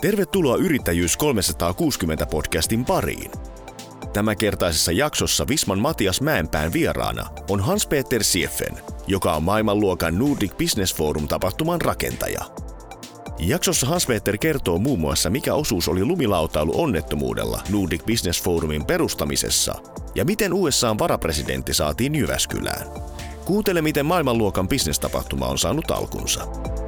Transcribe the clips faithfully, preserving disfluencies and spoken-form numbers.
Tervetuloa Yrittäjyys kolmesataakuusikymmentä podcastin pariin. Tämänkertaisessa jaksossa Visman Matias Mäenpään vieraana on Hans-Peter Sieffen, joka on maailmanluokan Nordic Business Forum-tapahtuman rakentaja. Jaksossa Hans-Peter kertoo muun muassa, mikä osuus oli lumilautailu onnettomuudella Nordic Business Forumin perustamisessa ja miten U S A:n varapresidentti saatiin Jyväskylään. Kuuntele, miten maailmanluokan business-tapahtuma on saanut alkunsa.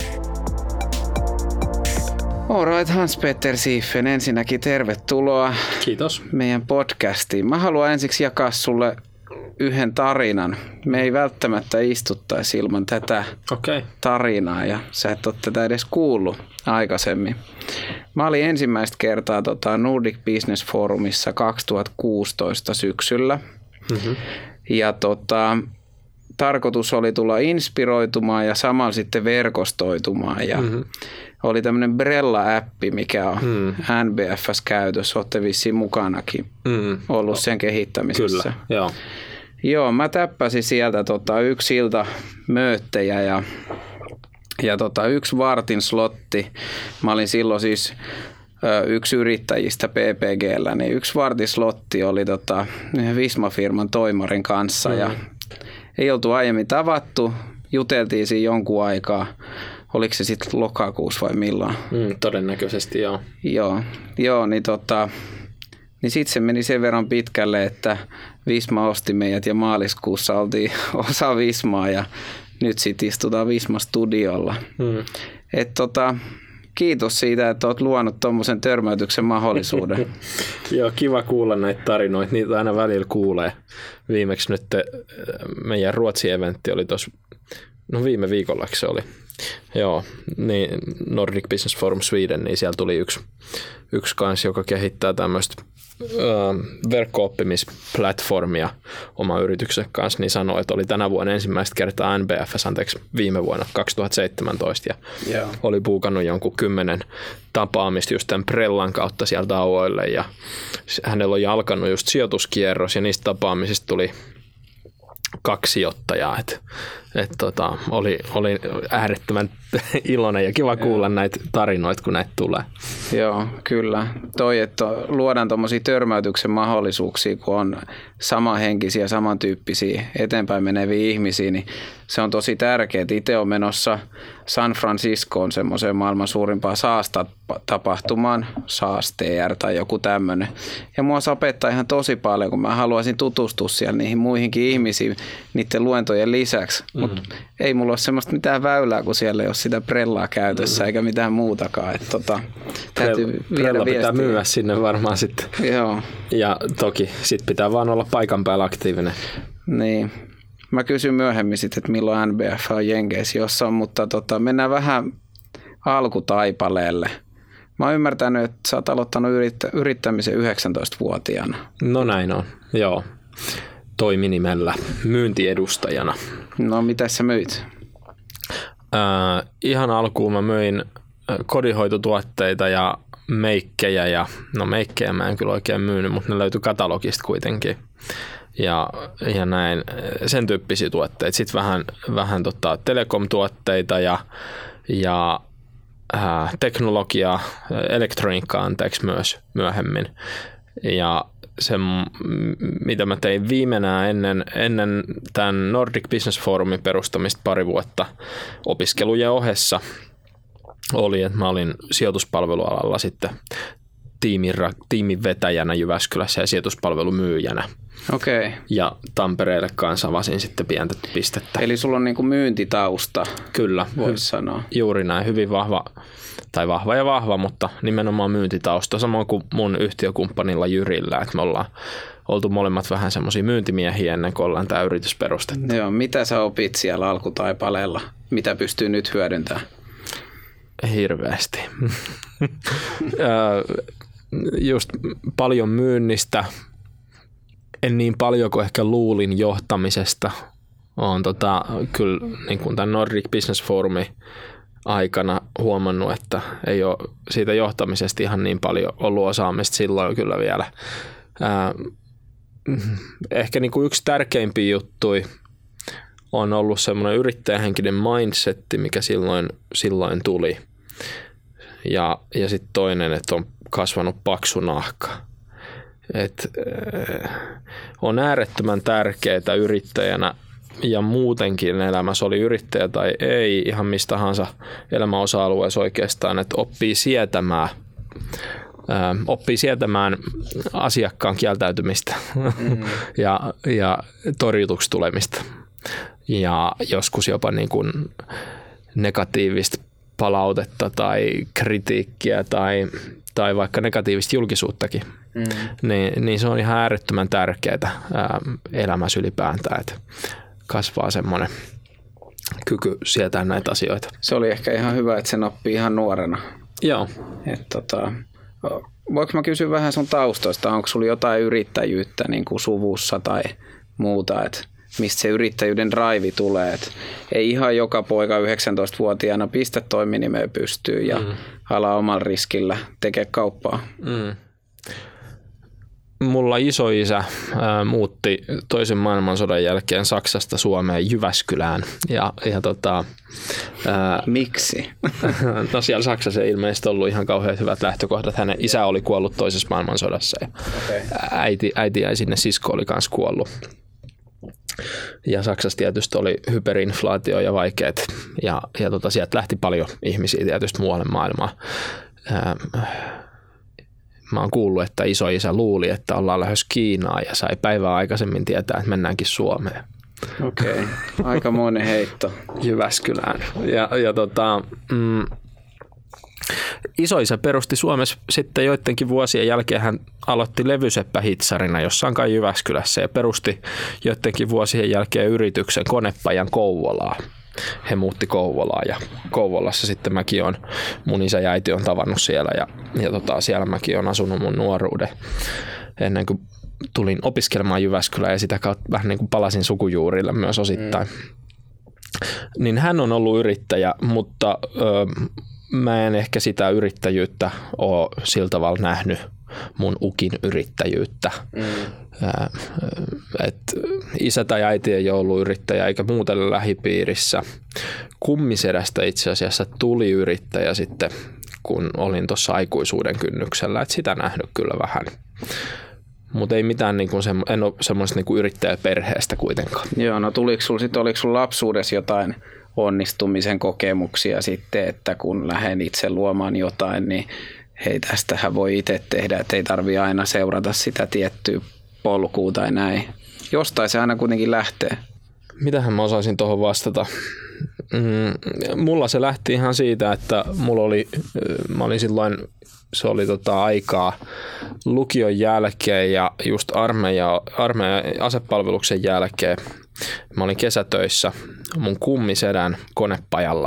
Alright, Hans-Peter Sieffen, ensinnäkin tervetuloa. Kiitos. Meidän podcastiin. Mä haluan ensiksi jakaa sulle yhden tarinan. Me ei välttämättä istuttaisi ilman tätä okay. tarinaa ja sä et ole tätä edes kuullut aikaisemmin. Mä olin ensimmäistä kertaa tota Nordic Business Forumissa kaksituhattakuusitoista syksyllä mm-hmm. ja tota, tarkoitus oli tulla inspiroitumaan ja samalla sitten verkostoitumaan ja mm-hmm. oli tämmöinen Brella-appi, mikä on mm. N B F S käytössä. Olette vissiin mukanakin mm. ollut sen kehittämisessä. Kyllä, joo. Joo, mä täppäsin sieltä tota, yksi ilta mööttejä ja, ja tota, yksi vartin slotti. Mä olin silloin siis ö, yksi yrittäjistä P P G:llä, niin yksi vartin slotti oli tota, Visma-firman toimarin kanssa mm. ja ei oltu aiemmin tavattu. Juteltiin siinä jonkun aikaa. Oliko se sitten lokakuussa vai milloin? Mm, todennäköisesti joo. Joo, joo niin, tota, niin sitten se meni sen verran pitkälle, että Visma osti meidät ja maaliskuussa oltiin osa Vismaa ja nyt sitten istutaan Visma-studiolla. Mm. Et tota, kiitos siitä, että olet luonut tuommoisen törmäytyksen mahdollisuuden. Joo, kiva kuulla näitä tarinoita. Niitä aina välillä kuulee. Viimeksi nyt meidän Ruotsi-eventti oli tuossa, no viime viikolla se oli. Joo, niin Nordic Business Forum Sweden, niin siellä tuli yksi, yksi kans, joka kehittää tämmöistä verkko-oppimisplatformia oman yrityksen kanssa, niin sanoi, että oli tänä vuonna ensimmäistä kertaa N B F S, anteeksi, viime vuonna kaksituhattaseitsemäntoista, ja yeah. oli puukannut jonkun kymmenen tapaamista just tämän Prellan kautta sieltä auoille, ja hänellä oli alkanut just sijoituskierros, ja niistä tapaamisista tuli kaksi sijoittajaa, että et tota, oli, oli äärettömän iloinen ja kiva kuulla näitä tarinoita, kun näitä tulee. Joo, kyllä. Toi, että luodaan tuommoisia törmäytyksen mahdollisuuksia, kun on samanhenkisiä, samantyyppisiä eteenpäin meneviä ihmisiä, niin se on tosi tärkeää. Itse on menossa San Franciscoon semmoiseen maailman suurimpaan SaaS-tapahtumaan, SaaS T R tai joku tämmöinen. Ja mua sapettaa ihan tosi paljon, kun mä haluaisin tutustua siellä niihin muihinkin ihmisiin niiden luentojen lisäksi. Mm-hmm. Mutta ei mulla ole semmoista mitään väylää, kun siellä ei ole sitä Prellaa käytössä mm-hmm. eikä mitään muutakaan. Että tota, täytyy Prella, Prella pitää myyä sinne varmaan sitten. Joo. Ja toki sit pitää vaan olla paikan päällä aktiivinen. Niin. Mä kysyn myöhemmin sitten, että milloin N B F on Jenkeissä jossain, mutta tota, mennään vähän alkutaipaleelle. Mä oon ymmärtänyt, että sä oot aloittanut yrittä, yrittämisen yhdeksäntoistavuotiaana. No näin on, joo. Toiminimellä myyntiedustajana. No mitä sä myit? Äh, ihan alkuun mä myin kodinhoitotuotteita ja meikkejä. Ja, no meikkejä mä en kyllä oikein myynyt, mutta ne löytyi katalogista kuitenkin. Ja, ja näin, sen tyyppisiä tuotteita. Sitten vähän, vähän tota, telekom-tuotteita ja, ja äh, teknologiaa, elektroniikkaa anteeksi myös myöhemmin. Ja se, mitä mä tein viimeinen ennen, ennen tämän Nordic Business Forumin perustamista pari vuotta opiskelujen ohessa, oli, että mä olin sijoituspalvelualalla sitten tiimin, tiimin vetäjänä Jyväskylässä ja sijoituspalvelumyyjänä. Okei. Ja Tampereelle kanssa avasin sitten pientä pistettä. Eli sulla on niin kuin myyntitausta. Kyllä. Voisi sanoa. Juuri näin. Hyvin vahva, tai vahva ja vahva, mutta nimenomaan myyntitausta. Samoin kuin mun yhtiökumppanilla Jyrillä, että me ollaan oltu molemmat vähän semmoisia myyntimiehiä ennen kuin ollaan tämä yritys perustettu. Joo, mitä sä opit siellä alkutaipaleella? Mitä pystyy nyt hyödyntämään? Hirveästi. Just paljon myynnistä. En niin paljon kuin ehkä luulin johtamisesta. Olen tota, kyllä niin kuin tämän Nordic Business Forumin aikana huomannut, että ei ole siitä johtamisesta ihan niin paljon ollut osaamista silloin kyllä vielä. Ää, ehkä niin kuin yksi tärkeimpiä juttuja on ollut semmoinen yrittäjähenkinen mindsetti, mikä silloin, silloin tuli. ja, ja sitten toinen, että on kasvanut paksu nahka. Et, äh, on äärettömän tärkeää yrittäjänä ja muutenkin elämässä, oli yrittäjä tai ei, ihan mistä tahansa elämän osa-alueessa oikeastaan, että oppii sietämään, äh, oppii sietämään asiakkaan kieltäytymistä mm. ja, ja torjutuksi tulemista. Ja joskus jopa niin kuin negatiivista palautetta tai kritiikkiä tai, tai vaikka negatiivista julkisuuttakin. Mm. Niin, niin se on ihan äärettömän tärkeää ää, elämässä ylipäätään, että kasvaa semmoinen kyky sietää näitä asioita. Se oli ehkä ihan hyvä, että sen oppii ihan nuorena. Joo. Et tota, voinko mä kysyä vähän sun taustoista? Onko sulla jotain yrittäjyyttä niin kuin suvussa tai muuta, että mistä se yrittäjyyden drive tulee? Et ei ihan joka poika yhdeksäntoistavuotiaana pistä toiminimeä pystyyn ja mm. ala omalla riskillä tekee kauppaa. Mm. Mulla isoisä ää, muutti toisen maailmansodan jälkeen Saksasta Suomeen Jyväskylään. Ja, ja tota, ää, Miksi? No siellä Saksassa ei ilmeisesti ollut ihan kauhean hyvät lähtökohdat. Hänen isä oli kuollut toisessa maailmansodassa ja okay. äiti, äiti jäi sinne, sisko oli kanssa kuollut. Ja Saksassa tietysti oli hyperinflaatio ja vaikeat. Ja, ja tota, sieltä lähti paljon ihmisiä tietysti muualle maailmaan. Ää, Mä oon kuullut, että isoisä luuli, että ollaan lähdössä Kiinaan ja sai päivää aikaisemmin tietää, että mennäänkin Suomeen. Okei, okay. Aikamoinen heitto. Jyväskylään. Ja, ja tota, mm, isoisä perusti Suomessa sitten joidenkin vuosien jälkeen, hän aloitti levyseppähitsarina jossain kai Jyväskylässä ja perusti joidenkin vuosien jälkeen yrityksen Konepajan Kouvolaa. He muutti Kouvolaan ja Kouvolassa sitten mäkin on, mun isä ja äiti on tavannut siellä ja, ja tota, siellä mäkin on asunut mun nuoruuden ennen kuin tulin opiskelemaan Jyväskylään ja sitä kautta vähän niin kuin palasin sukujuurille myös osittain. Mm. Niin hän on ollut yrittäjä, mutta ö, mä en ehkä sitä yrittäjyyttä ole sillä tavalla nähnyt, mun ukin yrittäjyyttä. Mm. Et isä tai äiti ei ole ollut yrittäjä eikä muuten lähipiirissä. Kummisedästä itse asiassa tuli yrittäjä sitten, kun olin tuossa aikuisuuden kynnyksellä. Et sitä nähnyt kyllä vähän. Mutta ei mitään, niinku se, en ole semmoista niinku yrittäjäperheestä kuitenkaan. Joo, no tuliko sulla sitten, oliko sulla lapsuudessa jotain onnistumisen kokemuksia sitten, että kun lähden itse luomaan jotain, niin hei, tästähän voi itse tehdä, että ei tarvitse aina seurata sitä tiettyä polkua tai näin. Jostain se aina kuitenkin lähtee. Mitähän mä osaisin tuohon vastata? Mm, mulla se lähti ihan siitä, että mulla oli, mä olin silloin, se oli tota aikaa lukion jälkeen ja just armeija, armeija asepalveluksen jälkeen. Mä olin kesätöissä mun kummisedän konepajalla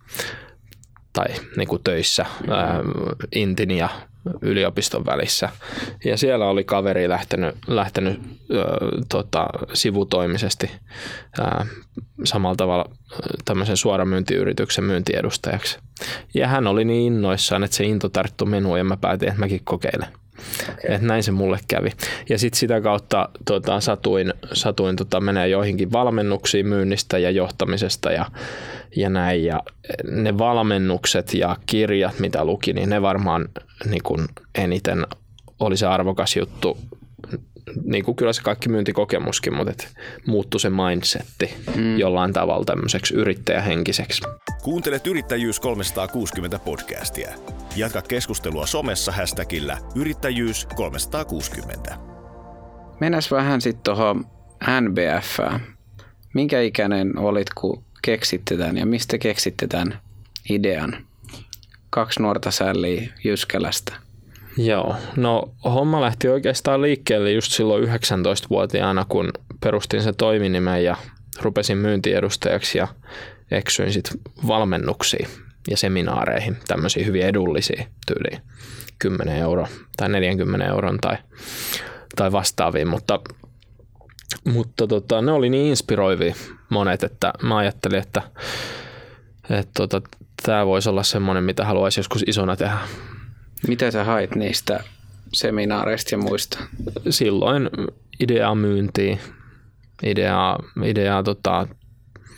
tai niinku töissä ää, Intin ja yliopiston välissä. Ja siellä oli kaveri lähtenyt, lähtenyt ö, tota, sivutoimisesti ää, samalla tavalla tämmöisen suoramyyntiyrityksen myyntiedustajaksi. Ja hän oli niin innoissaan, että se into tarttui minuun ja mä päätin, että mäkin kokeilen. Okay. Et näin se mulle kävi. Ja sitten sitä kautta tota, satuin, satuin tota, menee joihinkin valmennuksiin myynnistä ja johtamisesta ja, ja näin. Ja ne valmennukset ja kirjat, mitä luki, niin ne varmaan niin kun eniten oli se arvokas juttu. Niin kuin kyllä se kaikki myyntikokemuskin, mutta et muuttui se mindsetti mm. jollain tavalla tämmöiseksi yrittäjähenkiseksi. Kuuntelet Yrittäjyys kolmesataakuusikymmentä podcastia. Jatka keskustelua somessa hashtagillä Yrittäjyys kolmesataakuusikymmentä. Mennään vähän sitten tuohon N B F:ään. Minkä ikäinen olit, kun keksitte tämän ja mistä keksitte tämän idean? Kaksi nuorta sälliä Jyskälästä. Joo, no homma lähti oikeastaan liikkeelle just silloin yhdeksäntoistavuotiaana, kun perustin sen toiminimen ja rupesin myyntiedustajaksi ja eksyin sitten valmennuksiin ja seminaareihin, tämmöisiä hyvin edullisia tyyliin kymmenen euroa tai neljäkymmentä euron tai, tai vastaaviin, mutta, mutta tota, ne oli niin inspiroivia monet, että mä ajattelin, että, että tota, tämä voisi olla semmoinen, mitä haluaisi joskus isona tehdä. Mitä sä hait niistä seminaareista ja muista? Silloin ideaa myyntiin, ideaa, ideaa tota,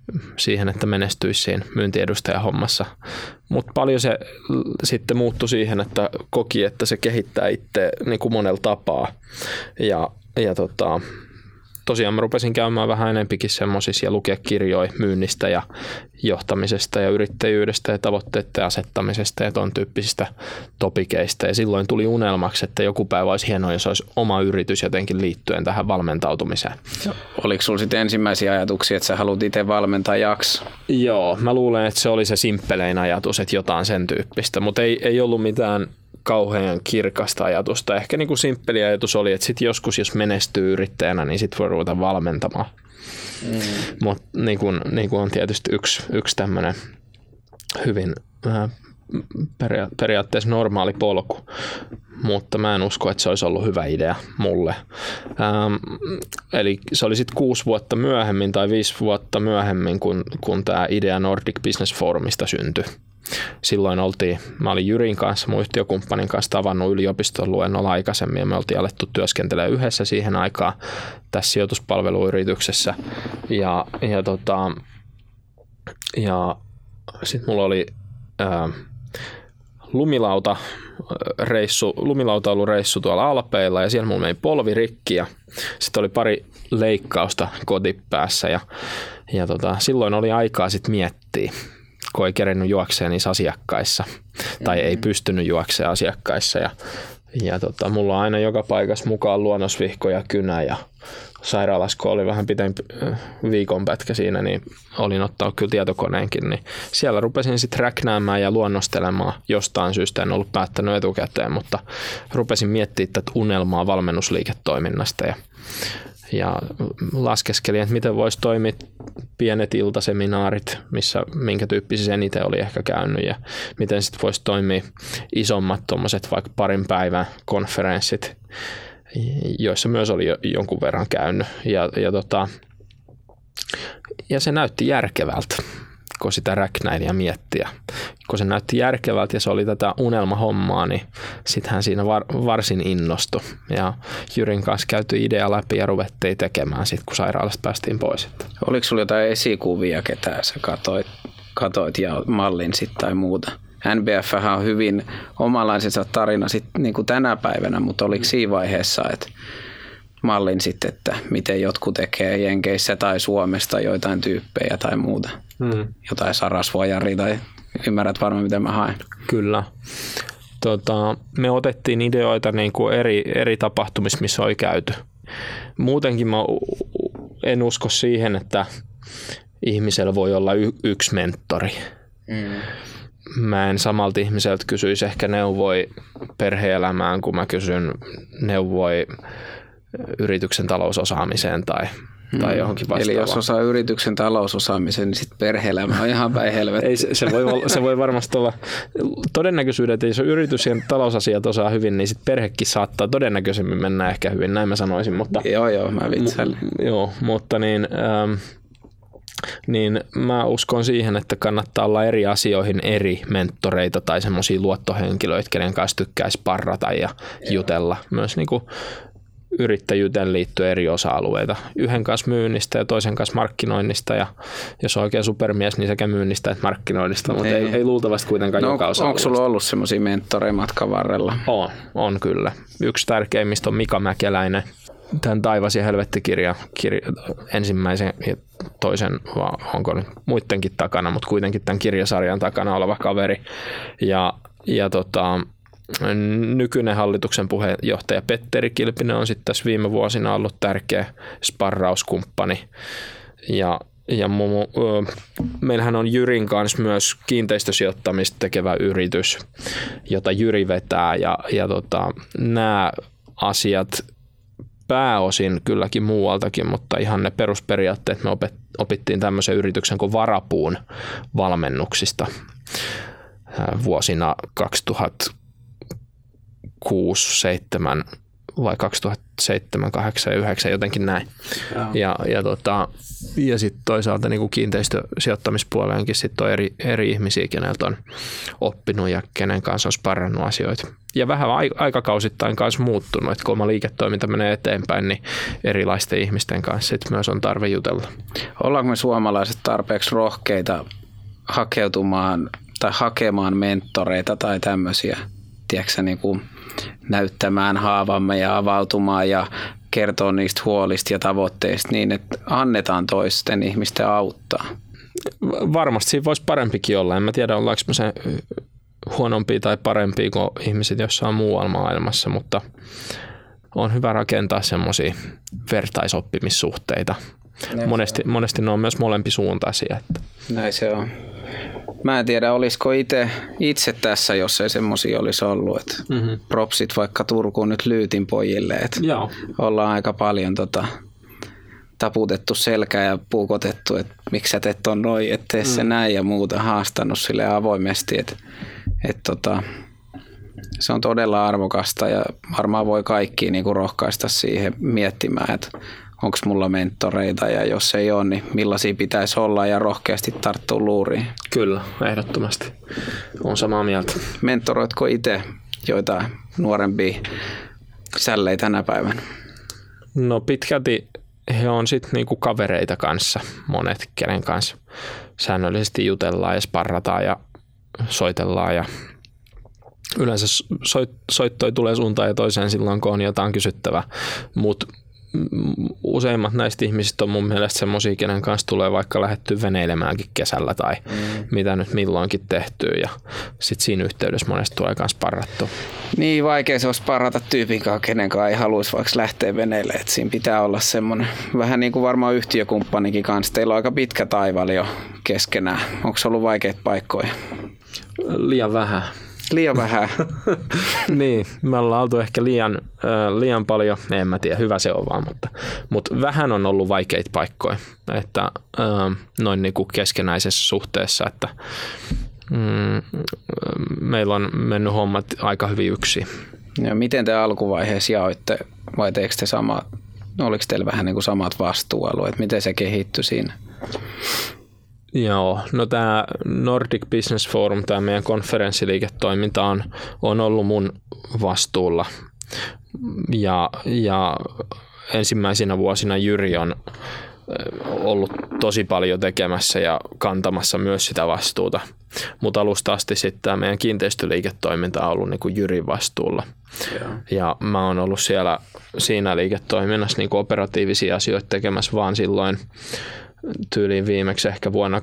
siihen, että menestyisi siinä myyntiedustajahommassa. Mutta paljon se sitten muuttui siihen, että koki, että se kehittää itse niin kuin monella tapaa. Ja, ja tota, tosiaan mä rupesin käymään vähän enempikin semmoisissa ja lukea kirjoja myynnistä ja johtamisesta ja yrittäjyydestä ja tavoitteiden asettamisesta ja ton tyyppisistä topikeista. Ja silloin tuli unelmaksi, että joku päivä olisi hienoa, jos olisi oma yritys jotenkin liittyen tähän valmentautumiseen. Oliko sulla sitten ensimmäisiä ajatuksia, että sä haluat itse valmentajaksi? Joo, mä luulen, että se oli se simppelein ajatus, että jotain sen tyyppistä, mutta ei, ei ollut mitään kauhean kirkasta ajatusta. Ehkä niin kuin simppeli ajatus oli, että sit joskus jos menestyy yrittäjänä, niin sit voi ruveta valmentamaan. Mm. Mutta niin kuin, niin kuin on tietysti yksi, yksi tämmöinen hyvin äh, peria- periaatteessa normaali polku, mutta mä en usko, että se olisi ollut hyvä idea mulle. Ähm, eli se oli sitten kuusi vuotta myöhemmin tai viisi vuotta myöhemmin, kun, kun tämä idea Nordic Business Forumista syntyi. Silloin oltiin, mä olin Jyrin kanssa, mun yhtiökumppanin kanssa tavannut yliopiston luennolla aikaisemmin ja me oltiin alettu työskentelemään yhdessä siihen aikaan tässä sijoituspalveluyrityksessä. Ja, ja, tota, ja sitten mulla oli ää, lumilauta reissu, lumilautailureissu tuolla Alpeilla ja siellä mulla meni polvi rikki ja sitten oli pari leikkausta kotipäässä ja, ja tota, silloin oli aikaa sitten miettiä, kun ei kerennyt juokseen niissä asiakkaissa tai mm-hmm. ei pystynyt juokseen asiakkaissa. Ja, ja tota, mulla on aina joka paikassa mukaan luonnosvihko ja kynä ja sairaalassa, kun oli vähän pitempi viikon pätkä siinä, niin olin ottanut kyllä tietokoneenkin. Niin siellä rupesin sitten räknäämään ja luonnostelemaan jostain syystä. En ollut päättänyt etukäteen, mutta rupesin miettimään tätä unelmaa valmennusliiketoiminnasta ja Ja laskeskelin, että miten voisi toimia pienet iltaseminaarit, missä minkä tyyppisiä eniten oli ehkä käynyt ja miten sitten voisi toimia isommat tuommoiset vaikka parin päivän konferenssit, joissa myös oli jo jonkun verran käynyt. Ja, ja, tota, ja se näytti järkevältä, kun sitä räknäili ja miettiä. Kun se näytti järkevältä ja se oli tätä unelmahommaa, niin sittenhän siinä var, varsin innostui. Ja Jyrin kanssa käytiin idea läpi ja ruvettiin tekemään sit, kun sairaalasta päästiin pois. Oliko sulla jotain esikuvia, ketä sä katoit, katoit ja mallin sit tai muuta? N B F on hyvin omanlaisensa tarina sit, niin kuin tänä päivänä, mutta oliko siinä vaiheessa, että mallin sitten, että miten jotkut tekee Jenkeissä tai Suomesta joitain tyyppejä tai muuta? Hmm. Jotain sarasvojaria tai ymmärrät varmaan, miten mä haen. Kyllä. Tota, me otettiin ideoita niin kuin eri, eri tapahtumissa, missä oli käyty. Muutenkin mä en usko siihen, että ihmisellä voi olla y- yksi mentori. Hmm. Mä en samalta ihmiseltä kysyisi ehkä neuvoi perhe-elämään, kun mä kysyn neuvoi yrityksen talousosaamiseen tai tai johonkin vastaavaan. Eli jos osaa yrityksen talousosaamisen, niin sitten perhe-elämä on ihan päin helvetti. Ei, se, se, voi, se voi varmasti olla todennäköisyydet, että jos yritys ja talousasiat osaa hyvin, niin sitten perhekin saattaa todennäköisemmin mennä ehkä hyvin, näin mä sanoisin. Mutta, joo, joo, mä vitsailin. M- joo, mutta niin, ähm, niin mä uskon siihen, että kannattaa olla eri asioihin eri mentoreita tai semmoisia luottohenkilöitä, kenen kanssa tykkäisi parrata ja joo. jutella. Myös niin kuin yrittäjyyteen liittyy eri osa-alueita. Yhden kanssa myynnistä ja toisen kanssa markkinoinnista ja jos on oikein supermies, niin sekä myynnistä että markkinoinnista, mutta ei, ei luultavasti kuitenkaan no, joka osa-alueesta. Onko sulla ollut semmoisia mentoreja matkan varrella? On, on kyllä. Yksi tärkeimmistä on Mika Mäkeläinen. Tämän Taivas ja helvetti-kirja kirja, ensimmäisen ja toisen, onko nyt muidenkin takana, mutta kuitenkin tämän kirjasarjan takana oleva kaveri. Ja, ja tota, nykyinen hallituksen puheenjohtaja Petteri Kilpinen on sitten tässä viime vuosina ollut tärkeä sparrauskumppani. Ja, ja mu, meillähän on Jyrin kanssa myös kiinteistösijoittamista tekevä yritys, jota Jyri vetää. Ja, ja tota, nämä asiat pääosin kylläkin muualtakin, mutta ihan ne perusperiaatteet me opittiin tämmöisen yrityksen kuin Varapuun valmennuksista vuosina kaksituhattakuusi, seitsemän vai kaksituhattaseitsemän, kahdeksan ja yhdeksän, jotenkin näin. Ja, ja tota, ja sitten toisaalta niin kuin kiinteistösijoittamispuoleenkin sit on eri, eri ihmisiä, keneltä on oppinut ja kenen kanssa on sparrannut asioita. Ja vähän aikakausittain kanssa muuttunut, että kun oma liiketoiminta menee eteenpäin, niin erilaisten ihmisten kanssa sit myös on tarve jutella. Ollaanko me suomalaiset tarpeeksi rohkeita hakeutumaan tai hakemaan mentoreita tai tämmöisiä, tiedätkö, niin kuin näyttämään haavamme ja avautumaan ja kertoo niistä huolista ja tavoitteista niin, että annetaan toisten ihmisten auttaa? Varmasti siinä voisi parempikin olla. En mä tiedä, ollaanko me se huonompia tai parempia kuin ihmiset jossain muualla maailmassa, mutta on hyvä rakentaa semmoisia vertaisoppimissuhteita. Monesti, monesti ne on myös molempisuuntaisia. Että. Näin se on. Mä en tiedä, olisiko ite, itse tässä, jos ei semmoisia olisi ollut. Että mm-hmm. propsit vaikka Turkuun nyt Lyytin pojille. Että ollaan aika paljon tota, taputettu selkää ja puukotettu, että miksi sä teet on noin, et tee se mm. näin ja muuta, haastanut sille avoimesti. Että et tota, se on todella arvokasta ja varmaan voi kaikki niinku rohkaista siihen miettimään, että onko mulla mentoreita ja jos ei ole, niin millaisia pitäisi olla ja rohkeasti tarttua luuriin. Kyllä, ehdottomasti. Olen samaa mieltä. Mentoroitko itse joitain nuorempia sällejä tänä päivänä? No pitkälti he on sitten niinku kavereita kanssa, monet kenen kanssa säännöllisesti jutellaan ja sparrataan ja soitellaan ja yleensä soit, soittoi tulee suuntaan ja toiseen silloin, kun on jotain kysyttävää, mutta useimmat näistä ihmisistä on mun mielestä semmosia, kenen kanssa tulee vaikka lähdetty veneilemäänkin kesällä tai mm. mitä nyt milloinkin tehtyä ja sitten siinä yhteydessä monesti tulee myös sparrattua. Niin, vaikea se on sparrata tyypin kanssa, kenen kanssa ei haluaisi vaikka lähteä veneille, että siinä pitää olla semmoinen, vähän niin kuin varmaan yhtiökumppanikin kanssa, teillä on aika pitkä taival jo keskenään. Onko se ollut vaikeita paikkoja? Liian vähän. Liian vähän. Niin, me ollaan oltu ehkä liian, äh, liian paljon, en mä tiedä, hyvä se on vaan, mutta, mutta vähän on ollut vaikeita paikkoja, että äh, noin niin kuin keskenäisessä suhteessa, että mm, meillä on mennyt hommat aika hyvin yksin. Ja miten te alkuvaiheessa jaoitte, vai teekö te samat, oliko teillä vähän niin kuin samat vastuualueet, miten se kehittyi siinä? Joo, no tämä Nordic Business Forum, tämä meidän konferenssiliiketoiminta on, on ollut mun vastuulla ja, ja ensimmäisinä vuosina Jyri on ollut tosi paljon tekemässä ja kantamassa myös sitä vastuuta, mutta alusta asti sitten tämä meidän kiinteistöliiketoiminta on ollut niin kuin Jyrin vastuulla. Yeah. Ja mä oon ollut siellä siinä liiketoiminnassa niin kuin operatiivisia asioita tekemässä vaan silloin tyyliin viimeksi ehkä vuonna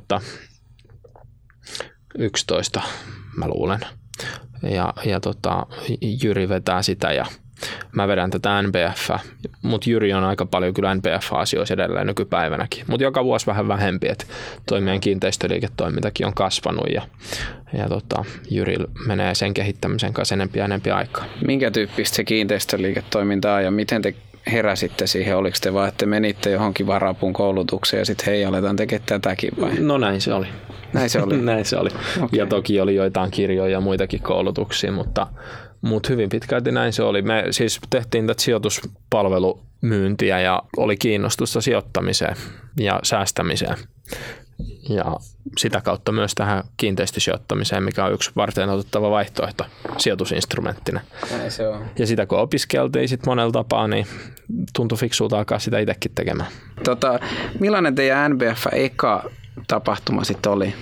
kaksituhattayksitoista, mä luulen. Ja, ja tota, Jyri vetää sitä ja mä vedän tätä N B F, mutta Jyri on aika paljon kyllä N B F-asioissa edelleen nykypäivänäkin, mutta joka vuosi vähän vähempi, että toi meidän kiinteistöliiketoimintakin on kasvanut ja, ja tota, Jyri menee sen kehittämisen kanssa enempi ja enempi aikaa. Minkä tyyppistä se kiinteistöliiketoiminta on ja miten te heräsitte siihen? Oliko te vaan, että menitte johonkin varapun koulutukseen ja sitten hei, aletaan tekemään tätäkin vai? No näin se oli. Näin se oli? Näin se oli. Okay. Ja toki oli joitain kirjoja ja muitakin koulutuksia, mutta, mutta hyvin pitkälti näin se oli. Me siis tehtiin tätä sijoituspalvelumyyntiä ja oli kiinnostusta sijoittamiseen ja säästämiseen. Ja sitä kautta myös tähän kiinteistösijoittamiseen, mikä on yksi varten otettava vaihtoehto sijoitusinstrumenttina. Näin se on. Ja sitä kun opiskeltiin sit monella tapaa, niin tuntui fiksulta alkaa sitä itsekin tekemään. Tota, millainen teidän N B F-eka tapahtuma sitten oli?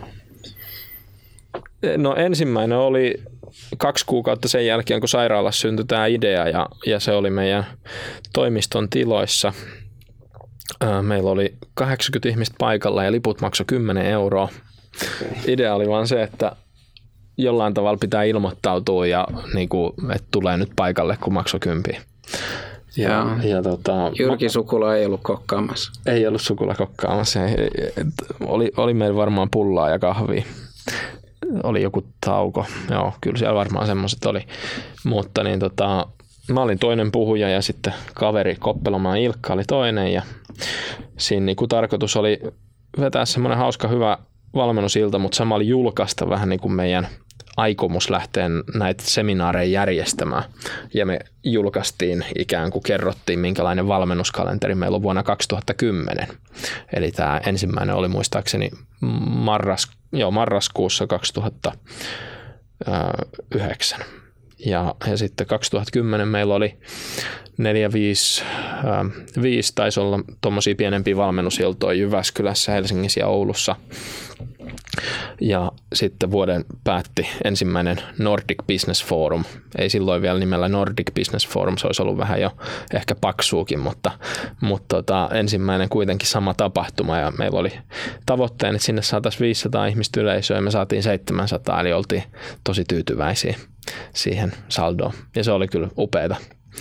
No ensimmäinen oli kaksi kuukautta sen jälkeen, kun sairaalassa syntyi tämä idea ja, ja se oli meidän toimiston tiloissa. Meillä oli kahdeksankymmentä ihmistä paikalla ja liput maksoi kymmenen euroa. Idea oli vaan se, että jollain tavalla pitää ilmoittautua ja niin kuin, että tulee nyt paikalle, kun maksoi kympiä. Ja, ja tota, Jyrki Sukula ei ollut kokkaamassa. Ei ollut Sukula kokkaamassa. Oli, oli meillä varmaan pullaa ja kahvia. Oli joku tauko. Joo, kyllä siellä varmaan semmoiset oli. Mutta niin tota, mä olin toinen puhuja ja sitten kaveri Koppelomaan Ilkka oli toinen ja siinä niin kuin tarkoitus oli vetää semmoinen hauska hyvä valmennusilta, mutta samalla julkaista vähän niin kuin meidän aikomus lähteä näitä seminaareja järjestämään. Ja me julkaistiin ikään kuin kerrottiin, minkälainen valmennuskalenteri meillä on vuonna kaksituhattakymmenen. Eli tämä ensimmäinen oli muistaakseni marras, joo, marraskuussa kaksituhattayhdeksän. Ja, ja sitten kaksituhattakymmenen meillä oli neljä, viisi, äh, viisi taisi olla tuommoisia pienempiä valmennusiltoja Jyväskylässä, Helsingissä ja Oulussa. Ja sitten vuoden päätti ensimmäinen Nordic Business Forum. Ei silloin vielä nimellä Nordic Business Forum, se olisi ollut vähän jo ehkä paksuukin, mutta, mutta tota, ensimmäinen kuitenkin sama tapahtuma. Ja meillä oli tavoitteena, että sinne saataisiin viisisataa ihmistä yleisöä ja me saatiin seitsemänsataa, eli oltiin tosi tyytyväisiä siihen saldoon. Ja se oli kyllä upeata.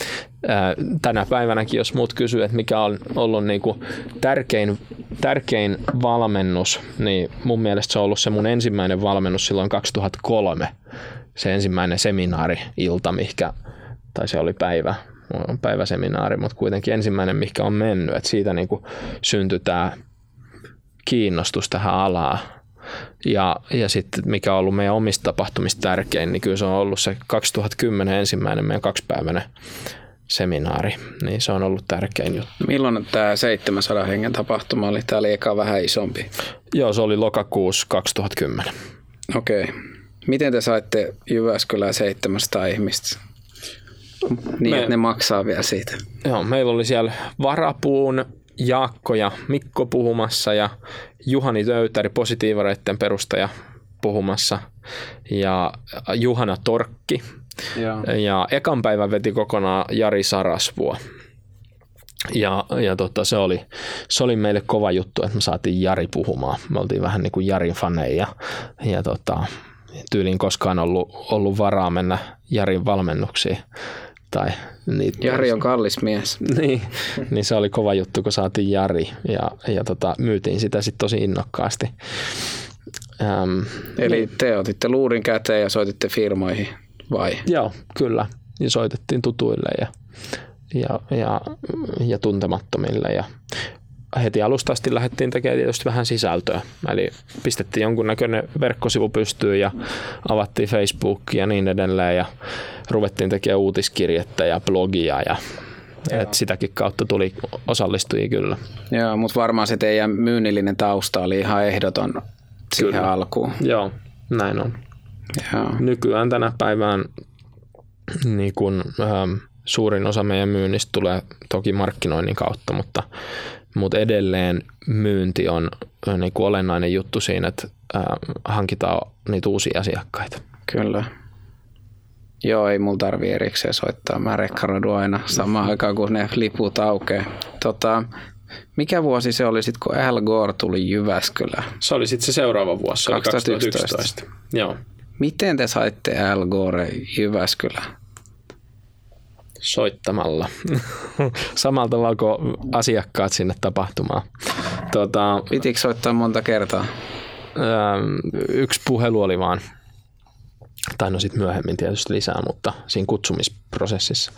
Tänä päivänäkin, jos muut kysyy, että mikä on ollut niin kuin tärkein, tärkein valmennus, niin mun mielestä se on ollut se mun ensimmäinen valmennus silloin kaksituhattakolme. Se ensimmäinen seminaari-ilta, mikä, tai se oli päivä, päiväseminaari, mutta kuitenkin ensimmäinen, mikä on mennyt. Että siitä niin kuin syntyi tämä kiinnostus tähän alaan. Ja, ja sitten mikä on ollut meidän omista tapahtumista tärkein, niin kyllä se on ollut se kaksituhattakymmenen ensimmäinen meidän kaksipäiväinen seminaari, niin se on ollut tärkein juttu. Milloin tämä seitsemänsadan hengen tapahtuma oli? Tämä oli eka vähän isompi. Joo, se oli lokakuussa kaksituhattakymmenen. Okei. Miten te saitte Jyväskylään seitsemänsataa ihmistä? Niin, Me, että ne maksaa vielä siitä. Joo, meillä oli siellä Varapuun Jaakko ja Mikko puhumassa ja Juhani Töytäri, Positiivareitten perustaja, puhumassa ja Juhana Torkki. Ja, ja ekan päivän veti kokonaan Jari Sarasvuo. Ja, ja tota, se, oli, se oli meille kova juttu, että me saatiin Jari puhumaan. Me oltiin vähän niin kuin Jarin faneja ja, ja tota, tyyliin koskaan ollut, ollut varaa mennä Jarin valmennuksiin. Tai niitä Jari on kallis mies. niin, niin se oli kova juttu, kun saatiin Jari ja, ja tota, myytiin sitä sitten tosi innokkaasti. Ähm, Eli te otitte luurin käteen ja soititte firmoihin, vai? Joo, kyllä. Ja soitettiin tutuille ja, ja, ja, ja tuntemattomille. Ja heti alusta asti lähdettiin tekemään tietysti vähän sisältöä. Eli pistettiin jonkunnäköinen verkkosivu pystyyn ja avattiin Facebookia ja niin edelleen. Ja ruvettiin tekemään uutiskirjettä ja blogia ja et sitäkin kautta tuli osallistujia kyllä. Joo, mutta varmaan se teidän myynnillinen tausta oli ihan ehdoton siihen kyllä. alkuun. Joo, näin on. Joo. Nykyään tänä päivään niin kun, ähm, suurin osa meidän myynnistä tulee toki markkinoinnin kautta, mutta, mutta edelleen myynti on äh, niin kuin olennainen juttu siinä, että äh, hankitaan niitä uusia asiakkaita. Kyllä. Joo, ei mulla tarvii erikseen soittaa. Mä rekkaroidun aina samaan aikaan, kun ne liput aukeaa. Tota, mikä vuosi se oli sitten, kun Al Gore tuli Jyväskylään? Se oli sitten se seuraava vuosi, se kaksituhattayksitoista. oli kaksituhattayksitoista. Joo. Miten te saitte Al Gore Jyväskylään? Soittamalla. Samalla tavalla kuin asiakkaat sinne tapahtumaan. Tota, Pitikö soittaa monta kertaa? Yksi puhelu oli vaan. Tai no sitten myöhemmin tietysti lisää, mutta siinä kutsumisprosessissa.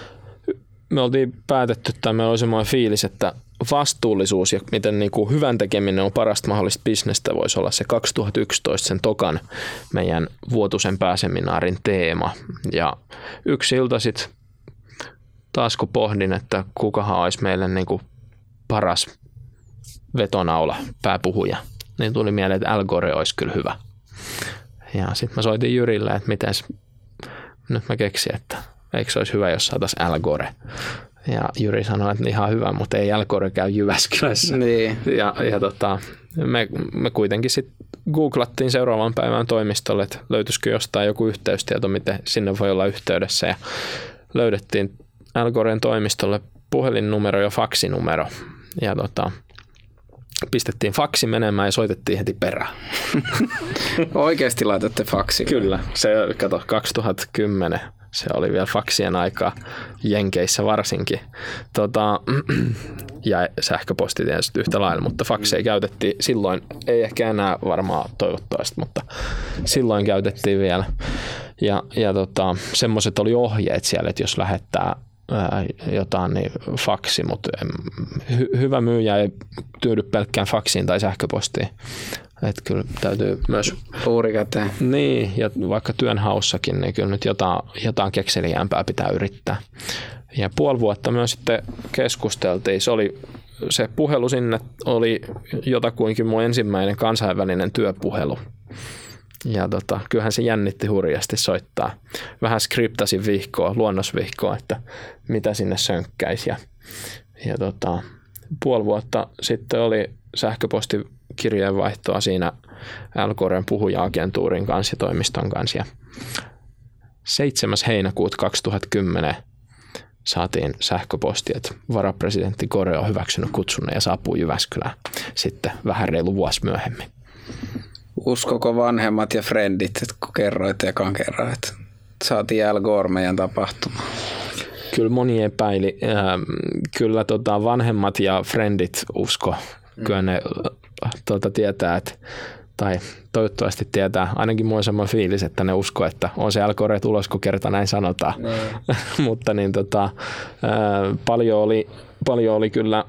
Me oltiin päätetty, tai meillä oli semmoinen fiilis, että vastuullisuus ja miten niin kuin hyvän tekeminen on parasta mahdollista bisnestä voisi olla se kaksituhattayksitoista sen tokan meidän vuotuisen pääseminaarin teema. Ja yksi ilta sitten taas kun pohdin, että kukahan olisi meille niin kuin paras vetonaula, pääpuhuja, niin tuli mieleen, että Al Gore olisi kyllä hyvä. Ja sitten mä soitin Jyrille, että mites, nyt mä keksin, että eikö se olisi hyvä, jos saataisiin Al Gore. Ja Jyri sanoi, että ihan hyvä, mutta ei Al Gore käy Jyväskylässä. Niin. Ja, ja tota, me, me kuitenkin sitten googlattiin seuraavan päivän toimistolle, että löytyisikö jostain joku yhteystieto, miten sinne voi olla yhteydessä. Ja löydettiin Al Goren toimistolle puhelinnumero ja faksinumero. Ja tota, pistettiin faksi menemään ja soitettiin heti perään. Oikeasti laitatte faksi? Kyllä. Se, kato, kaksituhattakymmenen. Se oli vielä faksien aikaa, Jenkeissä varsinkin. Tota, ja sähköposti tietysti yhtä lailla, mutta fakseja käytettiin silloin, ei ehkä enää varmaan toivottavasti, mutta silloin käytettiin vielä. Ja, ja tota, semmoiset oli ohjeet siellä, että jos lähettää ää, jotain, niin faksi, mutta hy- hyvä myyjä ei tyydy pelkkään faksiin tai sähköpostiin. Että kyllä täytyy myös luuri käteen. Niin, ja vaikka työnhaussakin, niin kyllä nyt jotain, jotain kekseliäämpää pitää yrittää. Ja puoli vuotta myös sitten keskusteltiin. Se, oli, se puhelu sinne oli jotakuinkin mun ensimmäinen kansainvälinen työpuhelu. Ja tota, kyllähän se jännitti hurjasti soittaa. Vähän skriptasin vihkoa, luonnosvihkoa, että mitä sinne sönkkäisi. Ja, ja tota, puoli vuotta sitten oli sähköpostikirjeenvaihtoa siinä Al Goren puhuja-agentuurin kanssa ja toimiston kanssa. Ja seitsemäs heinäkuuta kaksituhattakymmenen saatiin sähköposti, että varapresidentti Gore on hyväksynyt kutsunne ja saapuu Jyväskylään sitten vähän reilu vuosi myöhemmin. Uskoko vanhemmat ja frendit, että kun kerroit ekan kerran, että saatiin Al Gore meidän tapahtumaan? Kyllä moni epäili. Kyllä tota vanhemmat ja frendit usko. Kyllä ne tuota, tietää, että, tai toivottavasti tietää, ainakin mulla on semmoinen fiilis, että ne uskoo, että on se Al Gore tulos, kun kerta näin sanotaan. Mutta niin, tota, ää, paljon, oli, paljon oli kyllä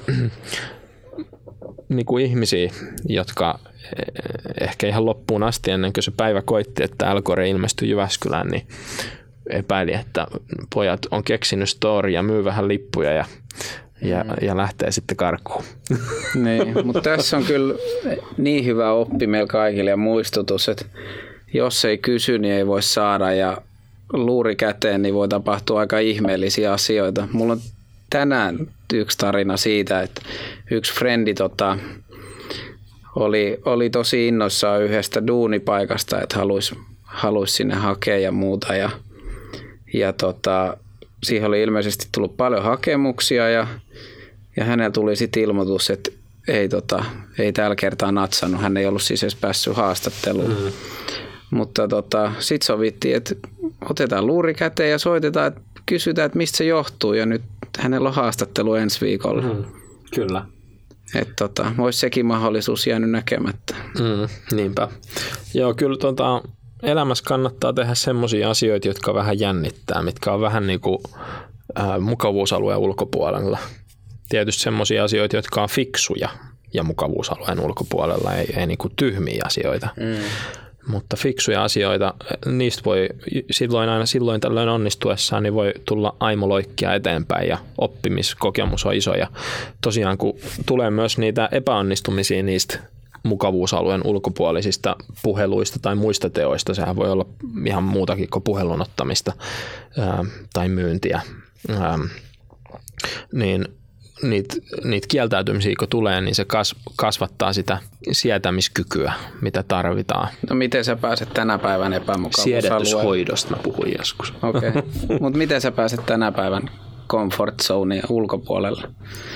niin kuin ihmisiä, jotka ehkä ihan loppuun asti ennen kuin se päivä koitti, että Al Gore ilmestyi Jyväskylään, niin epäili, että pojat on keksinyt story ja myy vähän lippuja ja, ja, ja lähtee sitten karkuun. Niin, mutta tässä on kyllä niin hyvä oppi meillä kaikille ja muistutus, että jos ei kysy, niin ei voi saada ja luuri käteen, niin voi tapahtua aika ihmeellisiä asioita. Mulla on tänään yksi tarina siitä, että yksi frendi tota, oli, oli tosi innoissaan yhdestä duunipaikasta, että haluaisi haluais sinne hakea ja muuta. Ja, ja tota, siihen oli ilmeisesti tullut paljon hakemuksia ja, ja hänellä tuli sitten ilmoitus, että ei, tota, ei tällä kertaa natsannut. Hän ei ollut siis edes päässyt haastatteluun. Mm-hmm. Mutta tota, sitten sovittiin, että otetaan luuri käteen ja soitetaan, että kysytään, että mistä se johtuu. Ja nyt hänellä on haastattelu ensi viikolla. Mm, kyllä. Että tota, olisi sekin mahdollisuus jäänyt näkemättä. Mm, niinpä. Joo, kyllä tota, elämässä kannattaa tehdä semmoisia asioita, jotka vähän jännittää, mitkä on vähän niin kuin äh, mukavuusalueen ulkopuolella. Tietysti semmoisia asioita, jotka on fiksuja ja mukavuusalueen ulkopuolella, ei, ei niin kuin tyhmiä asioita. Mm. Mutta fiksuja asioita, niistä voi silloin aina silloin tällöin onnistuessaan, niin voi tulla aimoloikkia eteenpäin ja oppimiskokemus on iso. Ja tosiaan kun tulee myös niitä epäonnistumisia niistä mukavuusalueen ulkopuolisista puheluista tai muista teoista, sehän voi olla ihan muutakin kuin puhelun ottamista ää, tai myyntiä, ää, niin niitä niit kieltäytymisiä kun tulee, niin se kas, kasvattaa sitä sietämiskykyä, mitä tarvitaan. No miten sä pääset tänä päivän epämukavuusalueen? Siedätyshoidosta mä puhuin joskus. Okei, okay. Mutta miten sä pääset tänä päivän comfort zoneen ulkopuolelle?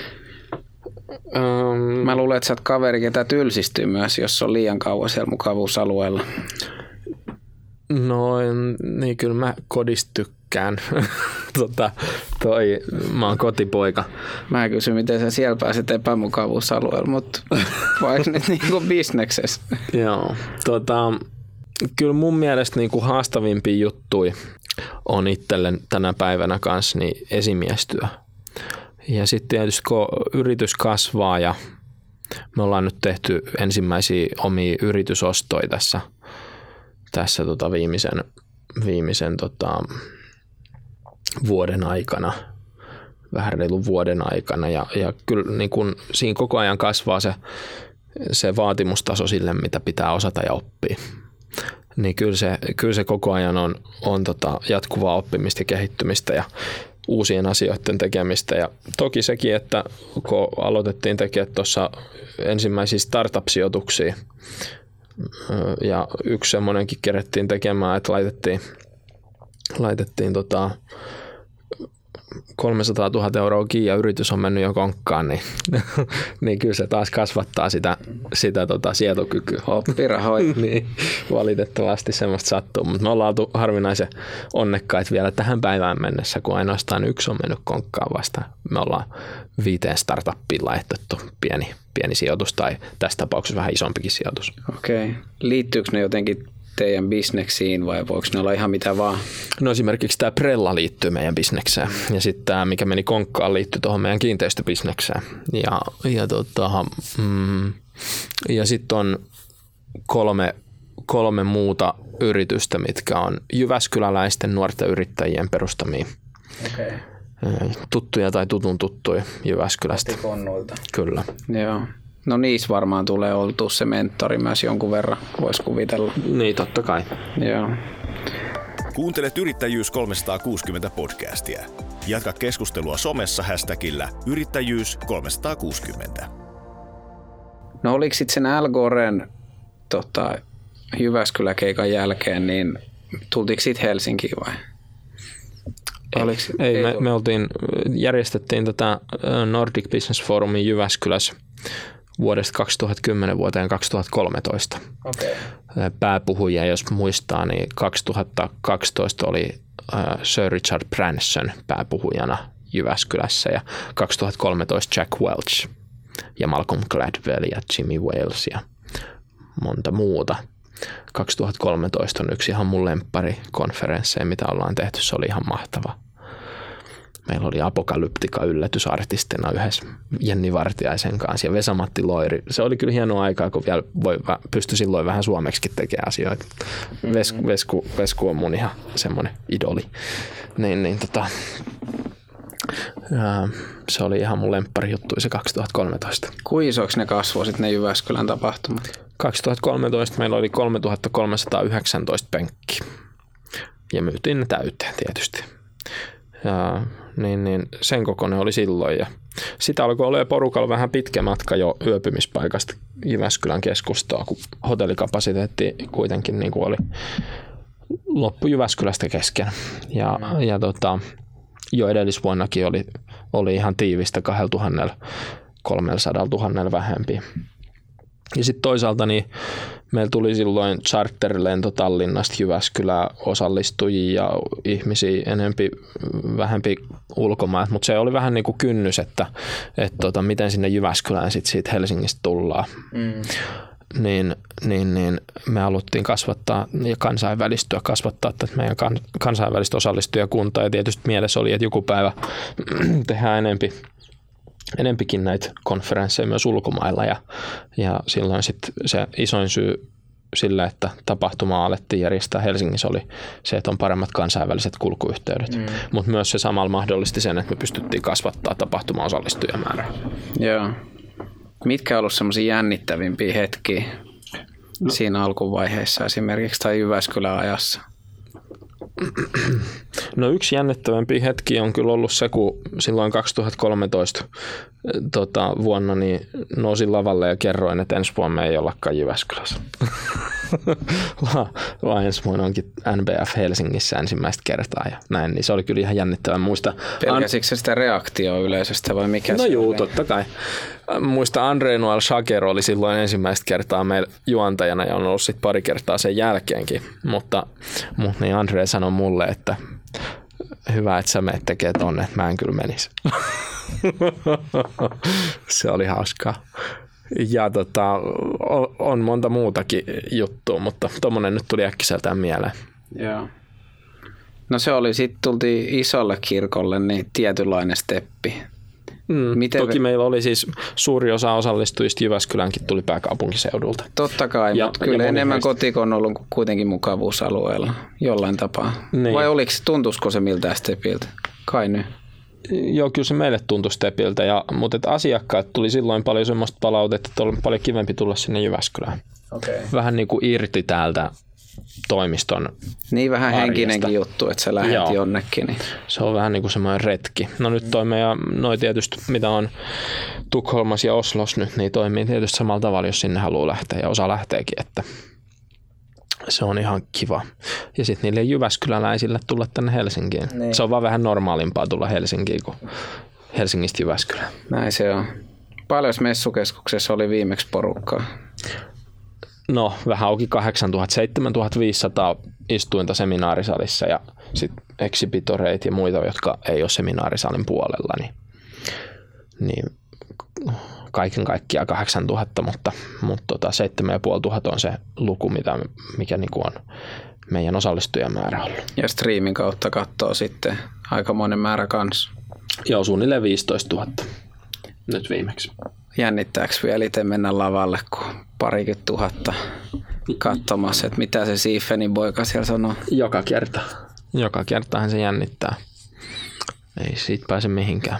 Um, mä luulen, että sä oot kaveri, ketä tylsistyy myös, jos on liian kauan siellä mukavuusalueella. No niin, kyllä mä kodista tykkään. tota, toi, mä oon kotipoika. Mä en kysy, miten sä siellä pääset epämukavuusalueella, mutta vaikka nyt niin kuin bisneksessä. Joo, tota, kyllä mun mielestä niin kuin haastavimpia juttuja on itselle tänä päivänä kanssa niin esimiestyö. Ja sitten tietysti kun yritys kasvaa ja me ollaan nyt tehty ensimmäisiä omia yritysostoja tässä, tässä tota viimeisen, viimeisen tota vuoden aikana, vähän reilun vuoden aikana. Ja, ja kyllä niin kun siinä koko ajan kasvaa se, se vaatimustaso sille, mitä pitää osata ja oppia. Niin kyllä se, kyllä se koko ajan on, on tota jatkuvaa oppimista ja kehittymistä ja uusien asioiden tekemistä. Ja toki sekin, että kun aloitettiin tekemään tuossa ensimmäisiä startup-sijoituksia ja yksi semmoinenkin kerettiin tekemään, että laitettiin, laitettiin tota kolmesataatuhatta euroa kiinni ja yritys on mennyt jo konkkaan, niin, niin kyllä se taas kasvattaa sitä, sitä tota sietokykyä. Oppirahoja. Niin, valitettavasti semmoista sattuu, mutta me ollaan oltu harvinaisen onnekkaita vielä tähän päivään mennessä, kun ainoastaan yksi on mennyt konkkaan vasta. Me ollaan viiteen startuppiin laitettu pieni, pieni sijoitus tai tässä tapauksessa vähän isompikin sijoitus. Okei. Liittyykö ne jotenkin teidän bisneksiin vai voiko ne olla ihan mitä vaan? No esimerkiksi tämä Prella liittyy meidän bisnekseen ja sitten tämä, mikä meni konkkaan, liittyy tuohon meidän kiinteistöbisnekseen. Ja, ja, tota, mm, ja sitten on kolme, kolme muuta yritystä, mitkä on jyväskyläläisten nuorten yrittäjien perustamia. Okay. Tuttuja tai tutun tuttuja Jyväskylästä. Kotikonnuilta. Kyllä. Joo. No niissä varmaan tulee oltua se mentori myös jonkun verran, voisi kuvitella. Niin, totta kai. Joo. Kuuntelet Yrittäjyys kolmesataakuusikymmentä podcastia. Jatka keskustelua somessa hashtagillä Yrittäjyys kolmesataakuusikymmentä. No oliko sitten sen Al Goren tota, Jyväskylä-keikan jälkeen, niin tultiinko sitten Helsinkiin vai? Ei, ei, ei me, me oltiin, järjestettiin tätä Nordic Business Forumin Jyväskylässä vuodesta kaksituhattakymmenen vuoteen kaksituhattakolmetoista. Okay. Pääpuhujia, jos muistaa, niin kaksituhattakaksitoista oli Sir Richard Branson pääpuhujana Jyväskylässä ja kaksituhattakolmetoista Jack Welch ja Malcolm Gladwell ja Jimmy Wales ja monta muuta. kaksituhattakolmetoista on yksi ihan mun lemppari konferensseja, mitä ollaan tehty. Se oli ihan mahtava. Meillä oli Apokalyptika yllätysartistina yhdessä Jenni Vartiaisen kanssa ja Vesa-Matti Loiri. Se oli kyllä hienoa aikaa, kun vielä voi, pystyi silloin vähän suomeksikin tekemään asioita. Vesku, Vesku, Vesku on mun ihan semmoinen idoli. Niin, niin, tota, ää, se oli ihan mun lemppari juttu se kaksituhattakolmetoista. Kuinka isoksi ne kasvoi sitten ne Jyväskylän tapahtumat? kaksituhattakolmetoista meillä oli kolmetuhattakolmesataayhdeksäntoista penkki ja myytiin ne täyteen tietysti. Ja, niin, niin sen kokoinen oli silloin ja sitä alkoi olla porukalla vähän pitkä matka jo yöpymispaikasta Jyväskylän keskustaa, kun hotellikapasiteetti kuitenkin niin kuin oli loppu Jyväskylästä kesken ja, mm. ja tota, jo edellisvuonnakin oli, oli ihan tiivistä kaksituhattakolmesataa vähempi. Ja sitten toisaalta niin meillä tuli silloin charterlento Tallinnasta Jyväskylään osallistujia ja ihmisiä enempi, vähempi ulkomaat, mutta se oli vähän niin kuin kynnys, että, että tota, miten sinne Jyväskylään sitten siitä Helsingistä tullaan. Mm. Niin, niin, niin me haluttiin kasvattaa ja kansainvälistyä, kasvattaa tätä meidän kansainvälistä osallistujakuntaa ja tietysti mielessä oli, että joku päivä tehdään enempi enempikin näitä konferensseja myös ulkomailla ja, ja silloin sitten se isoin syy sillä, että tapahtumaa alettiin järjestää Helsingissä oli se, että on paremmat kansainväliset kulkuyhteydet, mm. mutta myös se samalla mahdollisti sen, että me pystyttiin kasvattaa tapahtumaan osallistujamäärää. Joo. Mitkä on ollut semmoisia jännittävimpiä hetkiä no. siinä alkuvaiheessa esimerkiksi tai Jyväskylän ajassa? No yksi jännittävämpi hetki on kyllä ollut se, kun silloin kaksituhattakolmetoista tota, vuonna niin nousin lavalle ja kerroin, että ensi vuonna me ei ollakaan Jyväskylässä. Vaan ensi vuonna onkin N B F Helsingissä ensimmäistä kertaa ja näin, niin se oli kyllä ihan jännittävän. Muista Pelkäsikö sitä reaktioa yleisöstä vai mikä no se juu, oli? totta kai. Muista André Noël Jacquer oli silloin ensimmäistä kertaa meillä juontajana ja on ollut sitten pari kertaa sen jälkeenkin, mutta, mutta niin André sanoi mulle, että hyvä, että sä menet tekemään tonne, että mä en kyllä menisi. Se oli hauskaa. Ja tota, on, on monta muutakin juttua, mutta tommonen nyt tuli äkkiseltään mieleen. Joo. No se oli, sitten tultiin isolle kirkolle, niin tietynlainen steppi. Mm, toki ve- meillä oli siis suuri osa osallistujista Jyväskylänkin tuli pääkaupunkiseudulta. Totta kai, ja, mutta kyllä enemmän heistä kotikonnollut kuin kuitenkin mukavuusalueella jollain tapaa. Niin. Vai oliko, tuntuisiko se miltään stepiltä? Kai nyt. Joo, kyllä se meille tuntui stepiltä, ja, mutta että asiakkaat tuli silloin paljon semmoista palautetta, että oli paljon kivempi tulla sinne Jyväskylään. Okay. Vähän niin kuin irti täältä toimiston niin vähän arjesta. Henkinenkin juttu, että sä lähdet Joo. jonnekin. Niin. Se on vähän niin kuin semmoinen retki. No nyt toimii ja noi tietysti, mitä on Tukholmassa ja Oslos nyt, niin toimii tietysti samalla tavalla, jos sinne haluaa lähteä, ja osa lähteekin, että se on ihan kiva. Ja sitten niille jyväskyläläisille tulla tänne Helsinkiin. Niin. Se on vaan vähän normaalimpaa tulla Helsinkiin kuin Helsingistä Jyväskylään. Näin se on. Paljon messukeskuksessa oli viimeksi porukkaa? No, vähän auki kahdeksantuhatta seitsemäntuhatta istuinta seminaarisalissa ja sitten exhibitoreit ja muita, jotka ei ole seminaarisalin puolella. Niin, niin kaiken kaikkiaan kahdeksantuhatta, mutta, mutta tota, seitsemän ja puoli tuhatta on se luku, mitä, mikä niin kuin on meidän osallistujamäärä ollut. Ja striimin kautta katsoo sitten aikamoinen määrä kanssa. Joo, suunnilleen viisitoistatuhatta nyt viimeksi. Jännittääkö vielä itse mennä lavalle, kun parikymmentä tuhatta katsomassa, että mitä se Siffenin poika siellä sanoo? Joka kerta. Joka kertahan se jännittää. Ei siitä pääse mihinkään.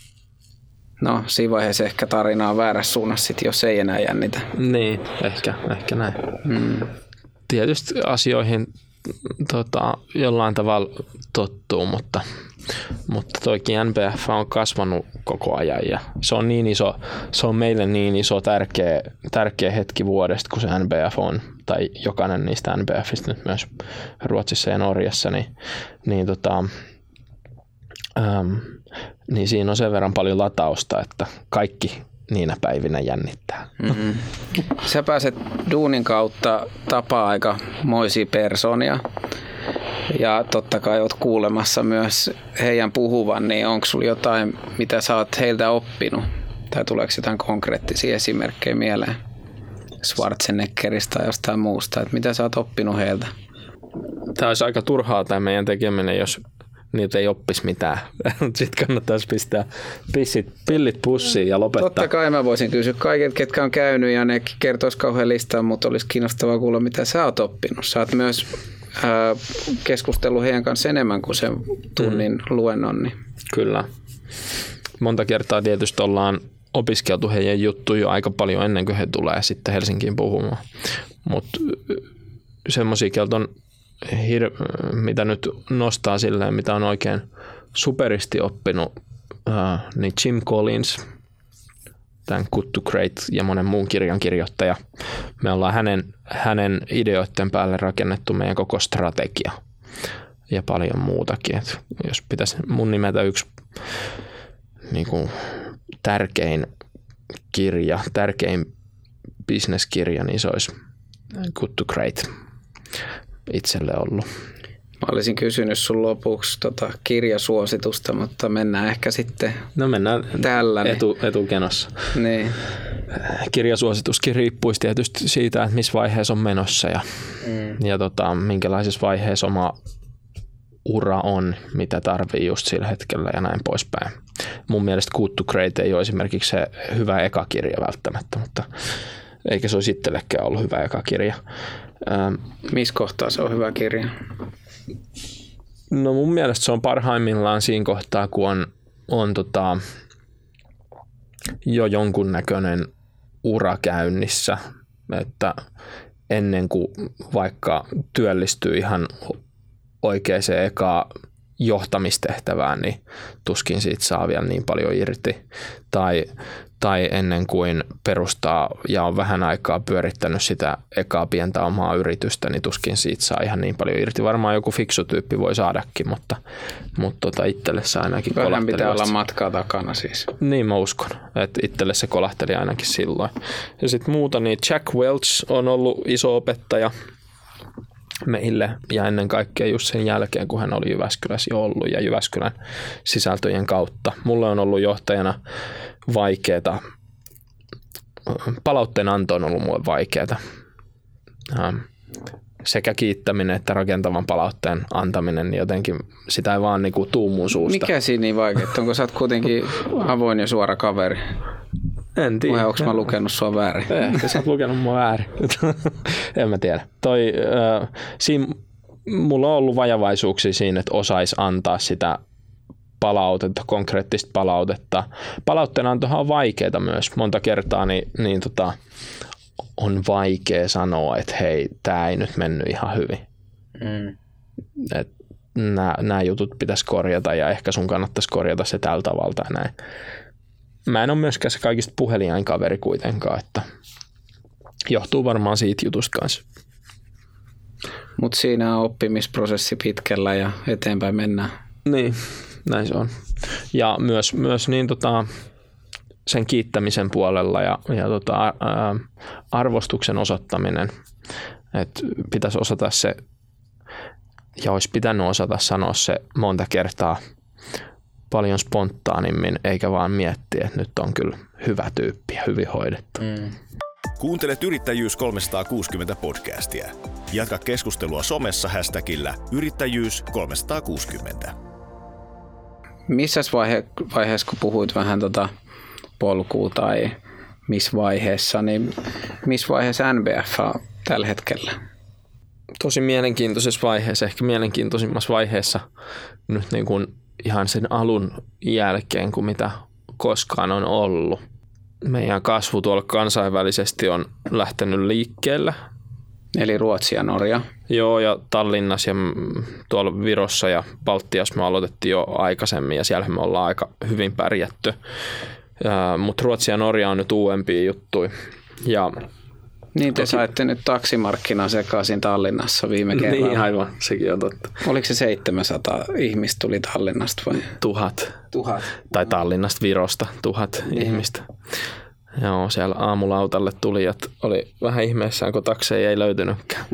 No, siinä vaiheessa ehkä tarina on väärässä suunnassa, sit, jos ei enää jännitä. Niin, ehkä, ehkä näin. Hmm. Tietysti asioihin tota, jollain tavalla tottuu, mutta, mutta toikin N B F on kasvanut koko ajan ja se on, niin iso, se on meille niin iso tärkeä, tärkeä hetki vuodesta, kun se N B F on, tai jokainen niistä N B Fistä nyt myös Ruotsissa ja Norjassa, niin, niin, tota, ähm, niin siinä on sen verran paljon latausta, että kaikki niinä päivinä jännittää. Mm-hmm. Sä pääset duunin kautta tapaa aika moisia persoonia ja totta kai oot kuulemassa myös heidän puhuvan, niin onko sulla jotain, mitä sä oot heiltä oppinut? Tai tuleeko jotain konkreettisia esimerkkejä mieleen Schwarzeneggerista tai jostain muusta? Että mitä sä oot oppinut heiltä? Tämä olisi aika turhaa tämä meidän tekeminen, jos niitä ei oppisi mitään. Sitten kannattaisi pistää pissit, pillit pussiin ja lopettaa. Totta kai mä voisin kysyä kaikilta, ketkä on käynyt ja ne kertoisi kauhean listaa, mutta olisi kiinnostavaa kuulla, mitä sä oot oppinut. Sä oot myös äh, keskustellut heidän kanssa enemmän kuin sen tunnin mm. luennon. Niin. Kyllä. Monta kertaa tietysti ollaan opiskeltu heidän juttuja jo aika paljon ennen kuin he tulee sitten Helsinkiin puhumaan. Mutta semmoisia kelta on Hir- mitä nyt nostaa silleen, mitä on oikein superisti oppinut, uh, niin Jim Collins, tämän Good to Great ja monen muun kirjan kirjoittaja. Me ollaan hänen, hänen ideoiden päälle rakennettu meidän koko strategia ja paljon muutakin. Et jos pitäisi mun nimetä yksi niin kuin tärkein kirja, tärkein business-kirja, niin se olisi Good to Great itselle ollut. Mä olisin kysynyt sun lopuksi tota kirjasuositusta, mutta mennään ehkä sitten no mennään tällä. Etu, etukenossa. Niin. Kirjasuosituskin riippuisi tietysti siitä, että missä vaiheessa on menossa ja, mm. ja tota, minkälaisessa vaiheessa oma ura on, mitä tarvii just sillä hetkellä ja näin poispäin. Mun mielestä Good to Great ei ole esimerkiksi se hyvä eka kirja välttämättä, mutta eikä se olisi itsellekään ollut hyvä eka kirja. Ähm, Missä kohtaa se on hyvä kirja? No mun mielestä se on parhaimmillaan siinä kohtaa, kun on, on tota, jo jonkunnäköinen ura käynnissä, että ennen kuin vaikka työllistyy ihan oikeaan ekaan johtamistehtävään, niin tuskin siitä saa vielä niin paljon irti. Tai, tai ennen kuin perustaa ja on vähän aikaa pyörittänyt sitä ekaa pientä omaa yritystä, niin tuskin siitä saa ihan niin paljon irti. Varmaan joku fiksu tyyppi voi saadakin, mutta, mutta tota itselle se ainakin vähän kolahteli. pitää olla matkaa takana siis. Niin mä uskon, että itselle se kolahteli ainakin silloin. Ja sitten muuta, niin Jack Welch on ollut iso opettaja meille ja ennen kaikkea just sen jälkeen, kun hän oli Jyväskylässä jo ollut ja Jyväskylän sisältöjen kautta. Mulle on ollut johtajana vaikeeta. Palautteen anto on ollut mulle vaikeeta. Sekä kiittäminen että rakentavan palautteen antaminen, niin jotenkin sitä ei vaan niinku tuu mun suusta. Mikä siinä niin vaikeaa? Onko sä oot kuitenkin avoin ja suora kaveri? En tiedä. Vai onko mä lukenut sua väärin? Ehkä sä oot lukenut mua väärin. En mä tiedä. Toi, äh, siinä, mulla on ollut vajavaisuuksia siinä, että osais antaa sitä palautetta, konkreettista palautetta. Palautteenantohan on vaikeaa myös. Monta kertaa niin, niin tota, on vaikea sanoa, että hei, tää ei nyt mennyt ihan hyvin. Mm. Nämä jutut pitäisi korjata ja ehkä sun kannattaisi korjata se tällä tavalla tai näin. Mä en ole myöskään se kaikista puheliain kaveri kuitenkaan, että johtuu varmaan siitä jutusta kanssa. Mutta siinä on oppimisprosessi pitkällä ja eteenpäin mennään. Niin, näin se on. Ja myös, myös niin tota, sen kiittämisen puolella ja, ja tota, ää, arvostuksen osoittaminen, että pitäisi osata se, ja olisi pitänyt osata sanoa se monta kertaa paljon spontaanimmin, eikä vaan miettiä, että nyt on kyllä hyvä tyyppi ja hyvin hoidettu. Mm. Kuuntelet Yrittäjyys kolmesataakuusikymmentä podcastia. Jatka keskustelua somessa hashtagillä Yrittäjyys kolmesataakuusikymmentä. Missä vaihe, vaiheessa, kun puhuit vähän tota polkua tai missä vaiheessa, niin missä vaiheessa N B F on tällä hetkellä? Tosi mielenkiintoisessa vaiheessa, ehkä mielenkiintoisimmassa vaiheessa nyt niin kuin ihan sen alun jälkeen kuin mitä koskaan on ollut. Meidän kasvu tuolla kansainvälisesti on lähtenyt liikkeelle. Eli Ruotsi ja Norja. Joo, ja Tallinnassa ja tuolla Virossa ja Baltiassa me aloitettiin jo aikaisemmin ja siellä me ollaan aika hyvin pärjätty. Mutta Ruotsi ja Norja on nyt uudempia juttuja. Ja niin te toki saitte nyt taksimarkkinan sekaisin Tallinnassa viime kerralla. Niin aivan, sekin on totta. Oliko se seitsemänsataa ihmistä tuli Tallinnasta vai? Tuhat. Tuhat. Tai Tallinnasta Virosta tuhat niin ihmistä. Joo, siellä aamulautalle tulijat oli vähän ihmeessään, kun takseja ei löytynytkään.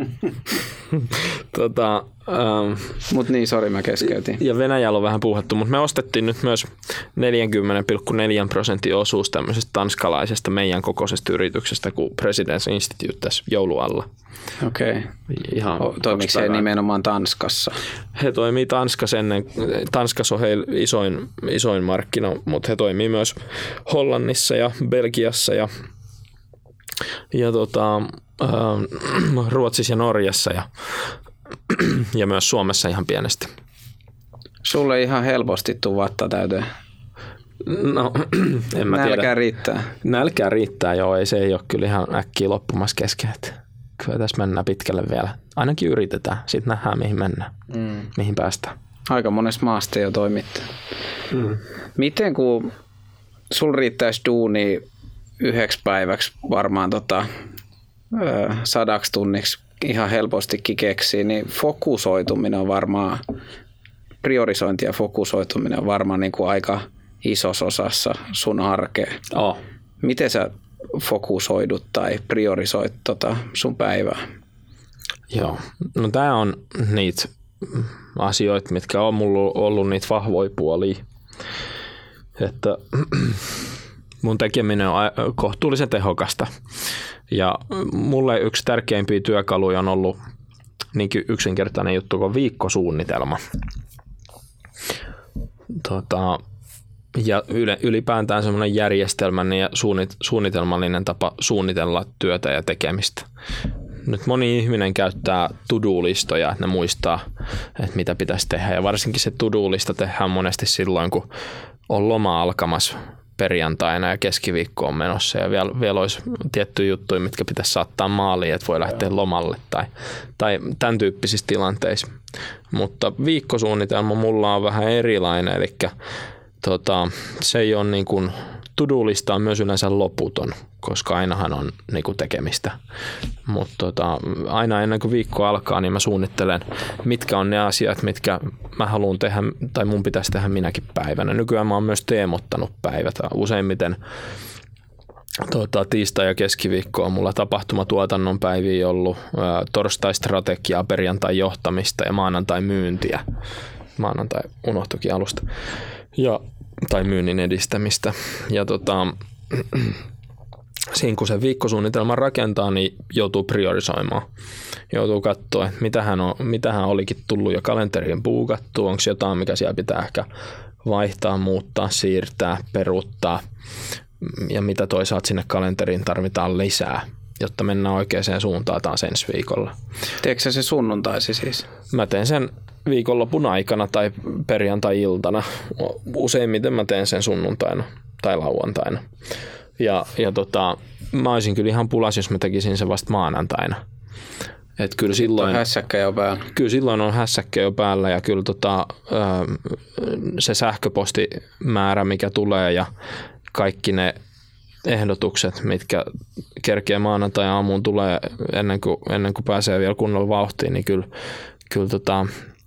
tota, ähm, Mut niin, sori mä keskeytin. Ja Venäjällä on vähän puhuttu, mutta me ostettiin nyt myös neljäkymmentä pilkku neljä prosentin osuus tämmöisestä tanskalaisesta meidän kokoisesta yrityksestä kuin President's Institute tässä joulualla. Okei. Okay. Toimiko se nimenomaan Tanskassa? He toimii Tanskassa ennen. Tanskassa on heillä isoin, isoin markkina, mutta he toimii myös Hollannissa ja Belgiassa ja, ja tota, äh, Ruotsissa ja Norjassa ja, ja myös Suomessa ihan pienesti. Sulle ihan helposti tuu vatta täyteen. No, en mä Nälkää tiedä. riittää. Nälkää riittää, joo. Ei, se ei ole kyllä ihan äkkiä loppumassa kesken. Kyllä tässä mennään pitkälle vielä. Ainakin yritetään. Sitten nähdään, mihin mennään. Mm. Mihin päästään. Aika monessa maasta jo toimitte. Mm. Miten kun sul riittäisi duuni yhdeksi päiväksi varmaan tota, ö, sadaksi tunniksi ihan helpostikin keksiä, niin fokusoituminen on varmaan, priorisointi ja fokusoituminen on varmaan niin kuin aika isossa osassa sun arkea. Oh. Miten sä fokusoidut tai priorisoit tota sun päivää? Joo, no tää on niitä asioita, mitkä on mulla ollut niitä vahvoja puolia. Että mun tekeminen on kohtuullisen tehokasta. Ja mulle yksi tärkeimpiä työkaluja on ollut niinkin yksinkertainen juttu kuin viikkosuunnitelma. Tota, ja ylipäätään semmoinen järjestelmällinen ja suunnitelmallinen tapa suunnitella työtä ja tekemistä. Nyt moni ihminen käyttää to-do-listoja, että ne muistaa, että mitä pitäisi tehdä. Ja varsinkin se to-do-lista tehdään monesti silloin, kun on loma alkamassa perjantaina ja keskiviikko on menossa. Ja vielä, vielä olisi tiettyjä juttuja, mitkä pitäisi saattaa maaliin, että voi lähteä lomalle tai, tai tämän tyyppisissä tilanteissa. Mutta viikkosuunnitelma mulla on vähän erilainen, eli Tota, se ei ole niin kuin, to-do-lista on myös yleensä loputon, koska ainahan on niin kuin tekemistä. Mutta tota, aina ennen kuin viikko alkaa, niin mä suunnittelen, mitkä on ne asiat, mitkä mä haluan tehdä tai mun pitäisi tehdä minäkin päivänä. Nykyään mä oon myös teemottanut päivät. Useimmiten tota, tiistai ja keskiviikko on mulla tapahtumatuotannon päiviä ollut, ää, torstai strategiaa, perjantai johtamista ja maanantai myyntiä. Maanantai unohtuikin alusta. Ja, tai myynnin edistämistä. Ja tota, siinä kun se viikkosuunnitelman rakentaa, niin joutuu priorisoimaan. Joutuu katsoa, että mitähän, on, mitähän olikin tullut jo kalenteriin puukattu, onko jotain, mikä siellä pitää ehkä vaihtaa, muuttaa, siirtää, peruuttaa ja mitä toisaalta sinne kalenteriin tarvitaan lisää, jotta mennään oikeaan suuntaan taas ensi viikolla. Teekö sä se sunnuntaisi siis? Mä teen sen viikonlopun aikana tai perjantai-iltana. Useimmiten mä teen sen sunnuntaina tai lauantaina. Ja, ja tota, mä olisin kyllä ihan pulas, jos mä tekisin sen vasta maanantaina. Et kyllä silloin, hässäkkä jo päällä. Kyllä silloin on hässäkkä jo päällä ja kyllä tota, se sähköpostimäärä, mikä tulee ja kaikki ne ehdotukset, mitkä kerkeä maanantai-aamuun tulee ennen kuin, ennen kuin pääsee vielä kunnolla vauhtiin, niin kyllä, kyllä tota,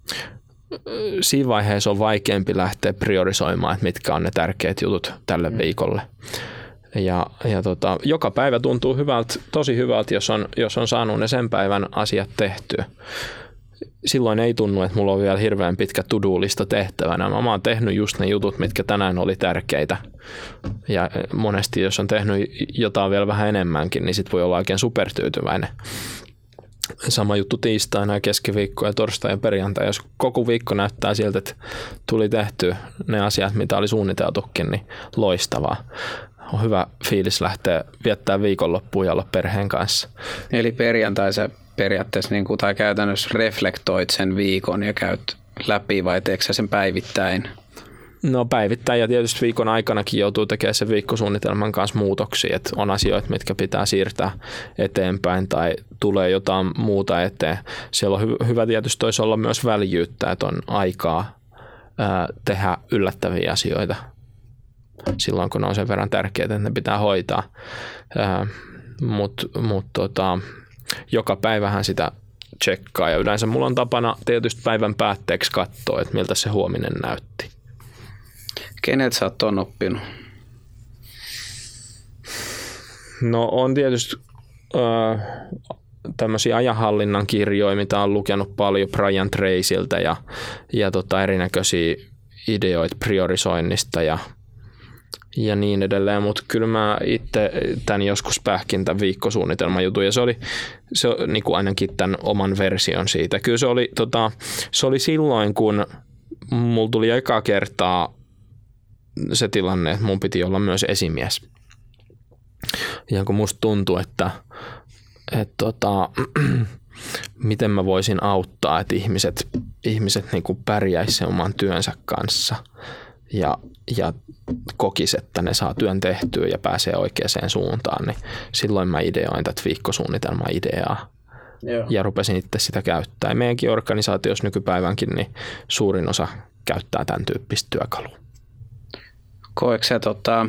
siinä vaiheessa on vaikeampi lähteä priorisoimaan, että mitkä on ne tärkeät jutut tälle mm. viikolle. Ja, ja tota, joka päivä tuntuu hyvältä, tosi hyvältä, jos on, jos on saanut ne sen päivän asiat tehtyä. silloin ei tunnu, että mulla on vielä hirveän pitkä to-do-lista tehtävänä. Mä oon tehnyt just ne jutut, mitkä tänään oli tärkeitä. Ja monesti, jos on tehnyt jotain vielä vähän enemmänkin, niin sit voi olla oikein supertyytyväinen. Sama juttu tiistaina ja keskiviikko ja torstai ja perjantai. Jos koko viikko näyttää siltä, että tuli tehty ne asiat, mitä oli suunniteltukin, niin loistavaa. On hyvä fiilis lähteä viettää viikonloppuun ja olla perheen kanssa. Eli perjantai sä periaatteessa niin kuin, tai käytännössä reflektoit sen viikon ja käyt läpi vai teetkö sä sen päivittäin? No päivittäin ja tietysti viikon aikanakin joutuu tekemään sen viikkosuunnitelman kanssa muutoksia, että on asioita, mitkä pitää siirtää eteenpäin tai tulee jotain muuta eteen. Siellä on hy- hyvä tietysti toisi olla myös väljyyttä, että on aikaa ää, tehdä yllättäviä asioita silloin, kun ne on sen verran tärkeitä, että ne pitää hoitaa. Mutta mut, tota, joka päivähän sitä tsekkaa ja yleensä mulla on tapana tietysti päivän päätteeksi katsoa, että miltä se huominen näytti. Kenet sä oot ton oppinut? No on tietysti äh, tämmöisiä ajanhallinnan kirjoja, mitä on lukenut paljon Brian Tracyltä ja, ja tota erinäköisiä ideoita priorisoinnista ja, ja niin edelleen, mutta kyllä mä itse tämän joskus pähkin tämän viikkosuunnitelman jutun ja se oli se, niin kuin ainakin tämän oman version siitä. Kyllä se oli, tota, se oli silloin, kun mulla tuli ekaa kertaa se tilanne, että mun piti olla myös esimies. Ja kun musta tuntui, että, että tota, miten mä voisin auttaa, että ihmiset, ihmiset niin kuin pärjäisivät sen oman työnsä kanssa ja, ja kokis, että ne saa työn tehtyä ja pääsee oikeaan suuntaan, niin silloin mä ideoin tätä viikkosuunnitelmaa ideaa. Joo. Ja rupesin itse sitä käyttää. Ja meidänkin organisaatiossa nykypäivänkin niin suurin osa käyttää tämän tyyppistä työkalua. Koetko sä tota,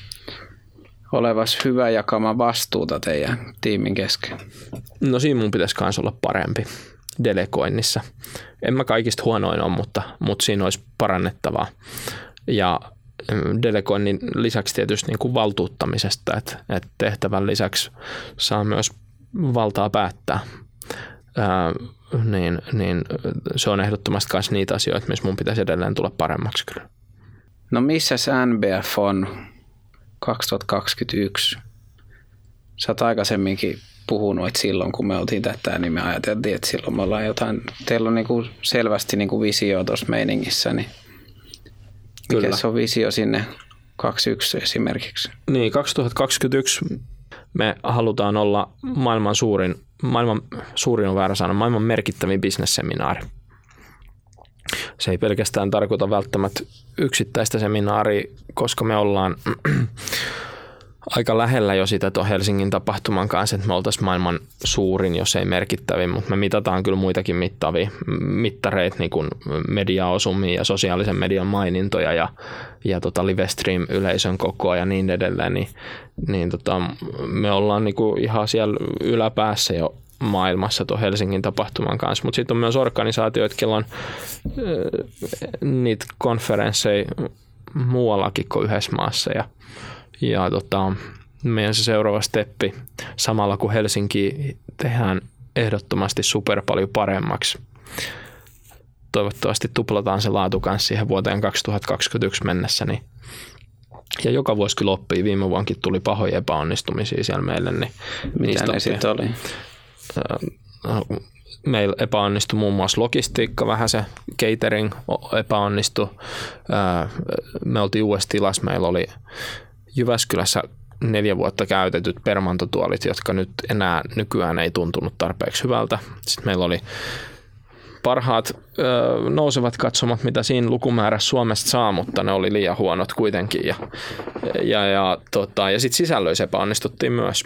olevas hyvä jakamaan vastuuta teidän tiimin kesken? No siinä mun pitäisi myös olla parempi delegoinnissa. En mä kaikista huonoin ole, mutta, mutta siinä olisi parannettavaa. Ja delegoinnin lisäksi tietysti niin kuin valtuuttamisesta, että, että tehtävän lisäksi saa myös valtaa päättää. Ää, niin, niin se on ehdottomasti myös niitä asioita, missä mun pitäisi edelleen tulla paremmaksi kyllä. No missäs N B F on kaksituhattakaksikymmentäyksi? Sä oot aikaisemminkin puhunut, että silloin kun me oltiin tätä, niin me ajateltiin, että silloin me ollaan jotain, teillä on niinku selvästi niinku visio tuossa meiningissä, niin mikä se on visio sinne kaksikymmentäyksi esimerkiksi? Niin, kaksituhattakaksikymmentäyksi me halutaan olla maailman suurin, maailman suurin on väärä sana, maailman merkittävin bisnesseminaari. Se ei pelkästään tarkoita välttämättä yksittäistä seminaaria, koska me ollaan aika lähellä jo sitä tuon Helsingin tapahtuman kanssa, että me oltaisiin maailman suurin, jos ei merkittävin, mutta me mitataan kyllä muitakin mittavia mittareita, niin kuin mediaosumia ja sosiaalisen median mainintoja ja, ja tota livestream-yleisön kokoa ja niin edelleen, niin, niin tota, me ollaan niin kuin ihan siellä yläpäässä jo maailmassa tuon Helsingin tapahtuman kanssa, mutta sitten on myös organisaatioita, joilla on äh, niitä konferensseja muuallakin kuin yhdessä maassa ja, ja tota, meidän se seuraava steppi samalla kun Helsinki tehdään ehdottomasti super paljon paremmaksi. Toivottavasti tuplataan se laatu kanssa siihen vuoteen kaksituhattakaksikymmentäyksi mennessä. Niin. Ja joka vuosi kyllä oppii. Viime vuonkin tuli pahoja epäonnistumisia siellä meille. Niin mitä ne sitten oli? Meillä epäonnistui muun muassa logistiikka, vähän se catering epäonnistui. Me oltiin uudessa tilassa, meillä oli Jyväskylässä neljä vuotta käytetyt permantotuolit, jotka nyt enää nykyään ei tuntunut tarpeeksi hyvältä. Sitten meillä oli parhaat nousevat katsomat, mitä siinä lukumäärässä Suomesta saa, mutta ne oli liian huonot kuitenkin. Ja, ja, ja, tota, ja sitten sisällöissä epäonnistuttiin myös.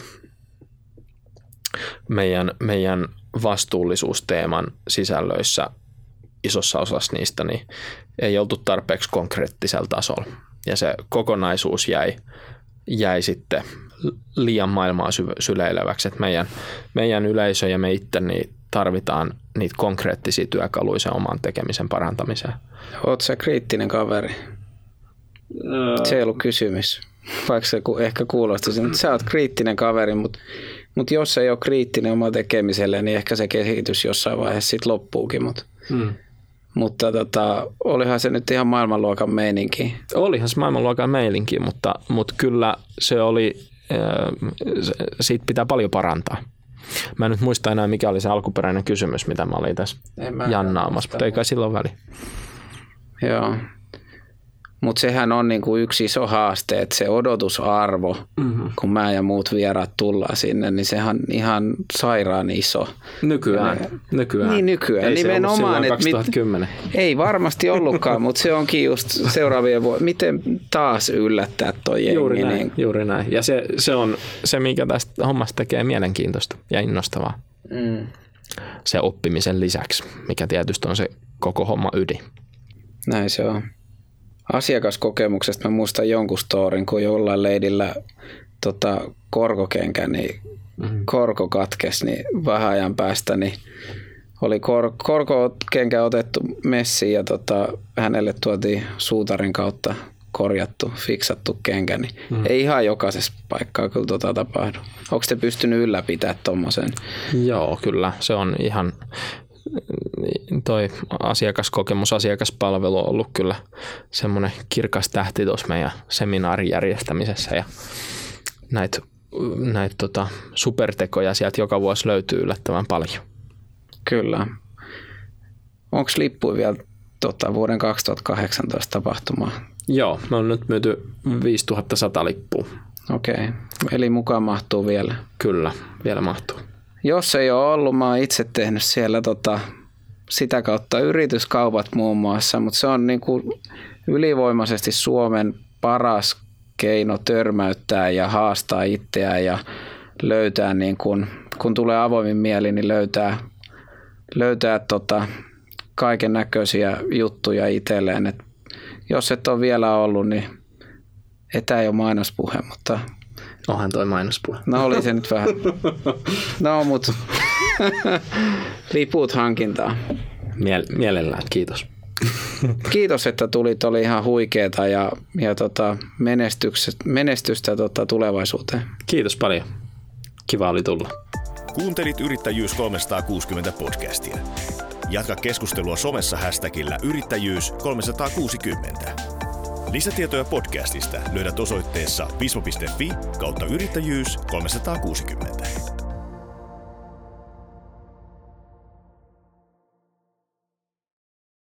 Meidän, meidän vastuullisuusteeman sisällöissä isossa osassa niistä niin ei oltu tarpeeksi konkreettisella tasolla. Ja se kokonaisuus jäi, jäi sitten liian maailmaa syleileväksi. Että meidän, meidän yleisö ja me itse niin tarvitaan niitä konkreettisia työkaluja sen oman tekemisen parantamiseen. Oletko sä kriittinen kaveri? Se ei ollut kysymys. Vaikka se ehkä kuulosti sen, että sä oot kriittinen kaveri, mutta Mutta jos ei ole kriittinen oma tekemiselle, niin ehkä se kehitys jossain vaiheessa sitten loppuukin. Mut. Mm. Mutta tota, olihan se nyt ihan maailmanluokan meininki. Olihan se maailmanluokan meininki, mutta, mutta kyllä se oli, siitä pitää paljon parantaa. Mä en nyt muista enää, mikä oli se alkuperäinen kysymys, mitä mä olin tässä jannaamassa, mutta ei kai silloin väliä. Joo. Mutta sehän on niinku yksi iso haaste, että se odotusarvo, mm-hmm. kun mä ja muut vieraat tullaan sinne, niin sehän on ihan sairaan iso. Nykyään. Ne, nykyään. Niin nykyään. Ei nimenomaan, se ollut silloin kaksituhattakymmenen. Mit, ei varmasti ollutkaan, mutta se onkin just seuraavien vuosien. Miten taas yllättää toi jengi? Juuri näin, niin. juuri näin. Ja se, se on se, mikä tästä hommasta tekee mielenkiintoista ja innostavaa. Mm. Se oppimisen lisäksi, mikä tietysti on se koko homma ydin. Näin se on. Asiakaskokemuksesta mä muistan jonkun storin, kun jollain leidillä tota, korkokenkä, niin mm-hmm. korko katkesi, niin vähän ajan päästä niin oli kor- korkokenkä otettu messiin ja tota, hänelle tuotiin suutarin kautta korjattu, fiksattu kenkä, niin mm-hmm. ei ihan jokaisessa paikkaa kyllä tota tapahdu. Onko te pystynyt ylläpitämään tommosen? Joo, kyllä. Se on ihan... Toi asiakaskokemus, asiakaspalvelu on ollut kyllä semmoinen kirkas tähti tuossa meidän seminaarin järjestämisessä ja näitä näit tota supertekoja sieltä joka vuosi löytyy yllättävän paljon. Kyllä. Onko lippuja vielä tota, vuoden kaksituhattakahdeksantoista tapahtumaa? Joo, me on nyt myyty viisituhatta sata lippua. Okei, okay. Eli mukaan mahtuu vielä? Kyllä, vielä mahtuu. Jos ei ole ollut, mä oon itse tehnyt siellä tota, sitä kautta yrityskaupat muun muassa, mutta se on niin kuin ylivoimaisesti Suomen paras keino törmäyttää ja haastaa itseään ja löytää, niin kuin, kun tulee avoimin mieli, niin löytää, löytää tota, kaiken näköisiä juttuja itselleen. Et jos et ole vielä ollut, niin etä ei ole mainospuhe, mutta... Onhan toi mainospuhe. No oli se nyt vähän. No mut liput hankintaan. Miel- mielellään, kiitos. Kiitos, että tulit. Oli ihan huikeeta ja, ja tota, menestystä tota, tulevaisuuteen. Kiitos paljon. Kiva oli tulla. Kuuntelit Yrittäjyys kolmesataakuusikymmentä podcastia. Jatka keskustelua somessa hashtagillä yrittäjyys kolmesataakuusikymmentä. Lisätietoja podcastista löydät osoitteessa vismo piste fi kautta yrittäjyys kolmesataakuusikymmentä.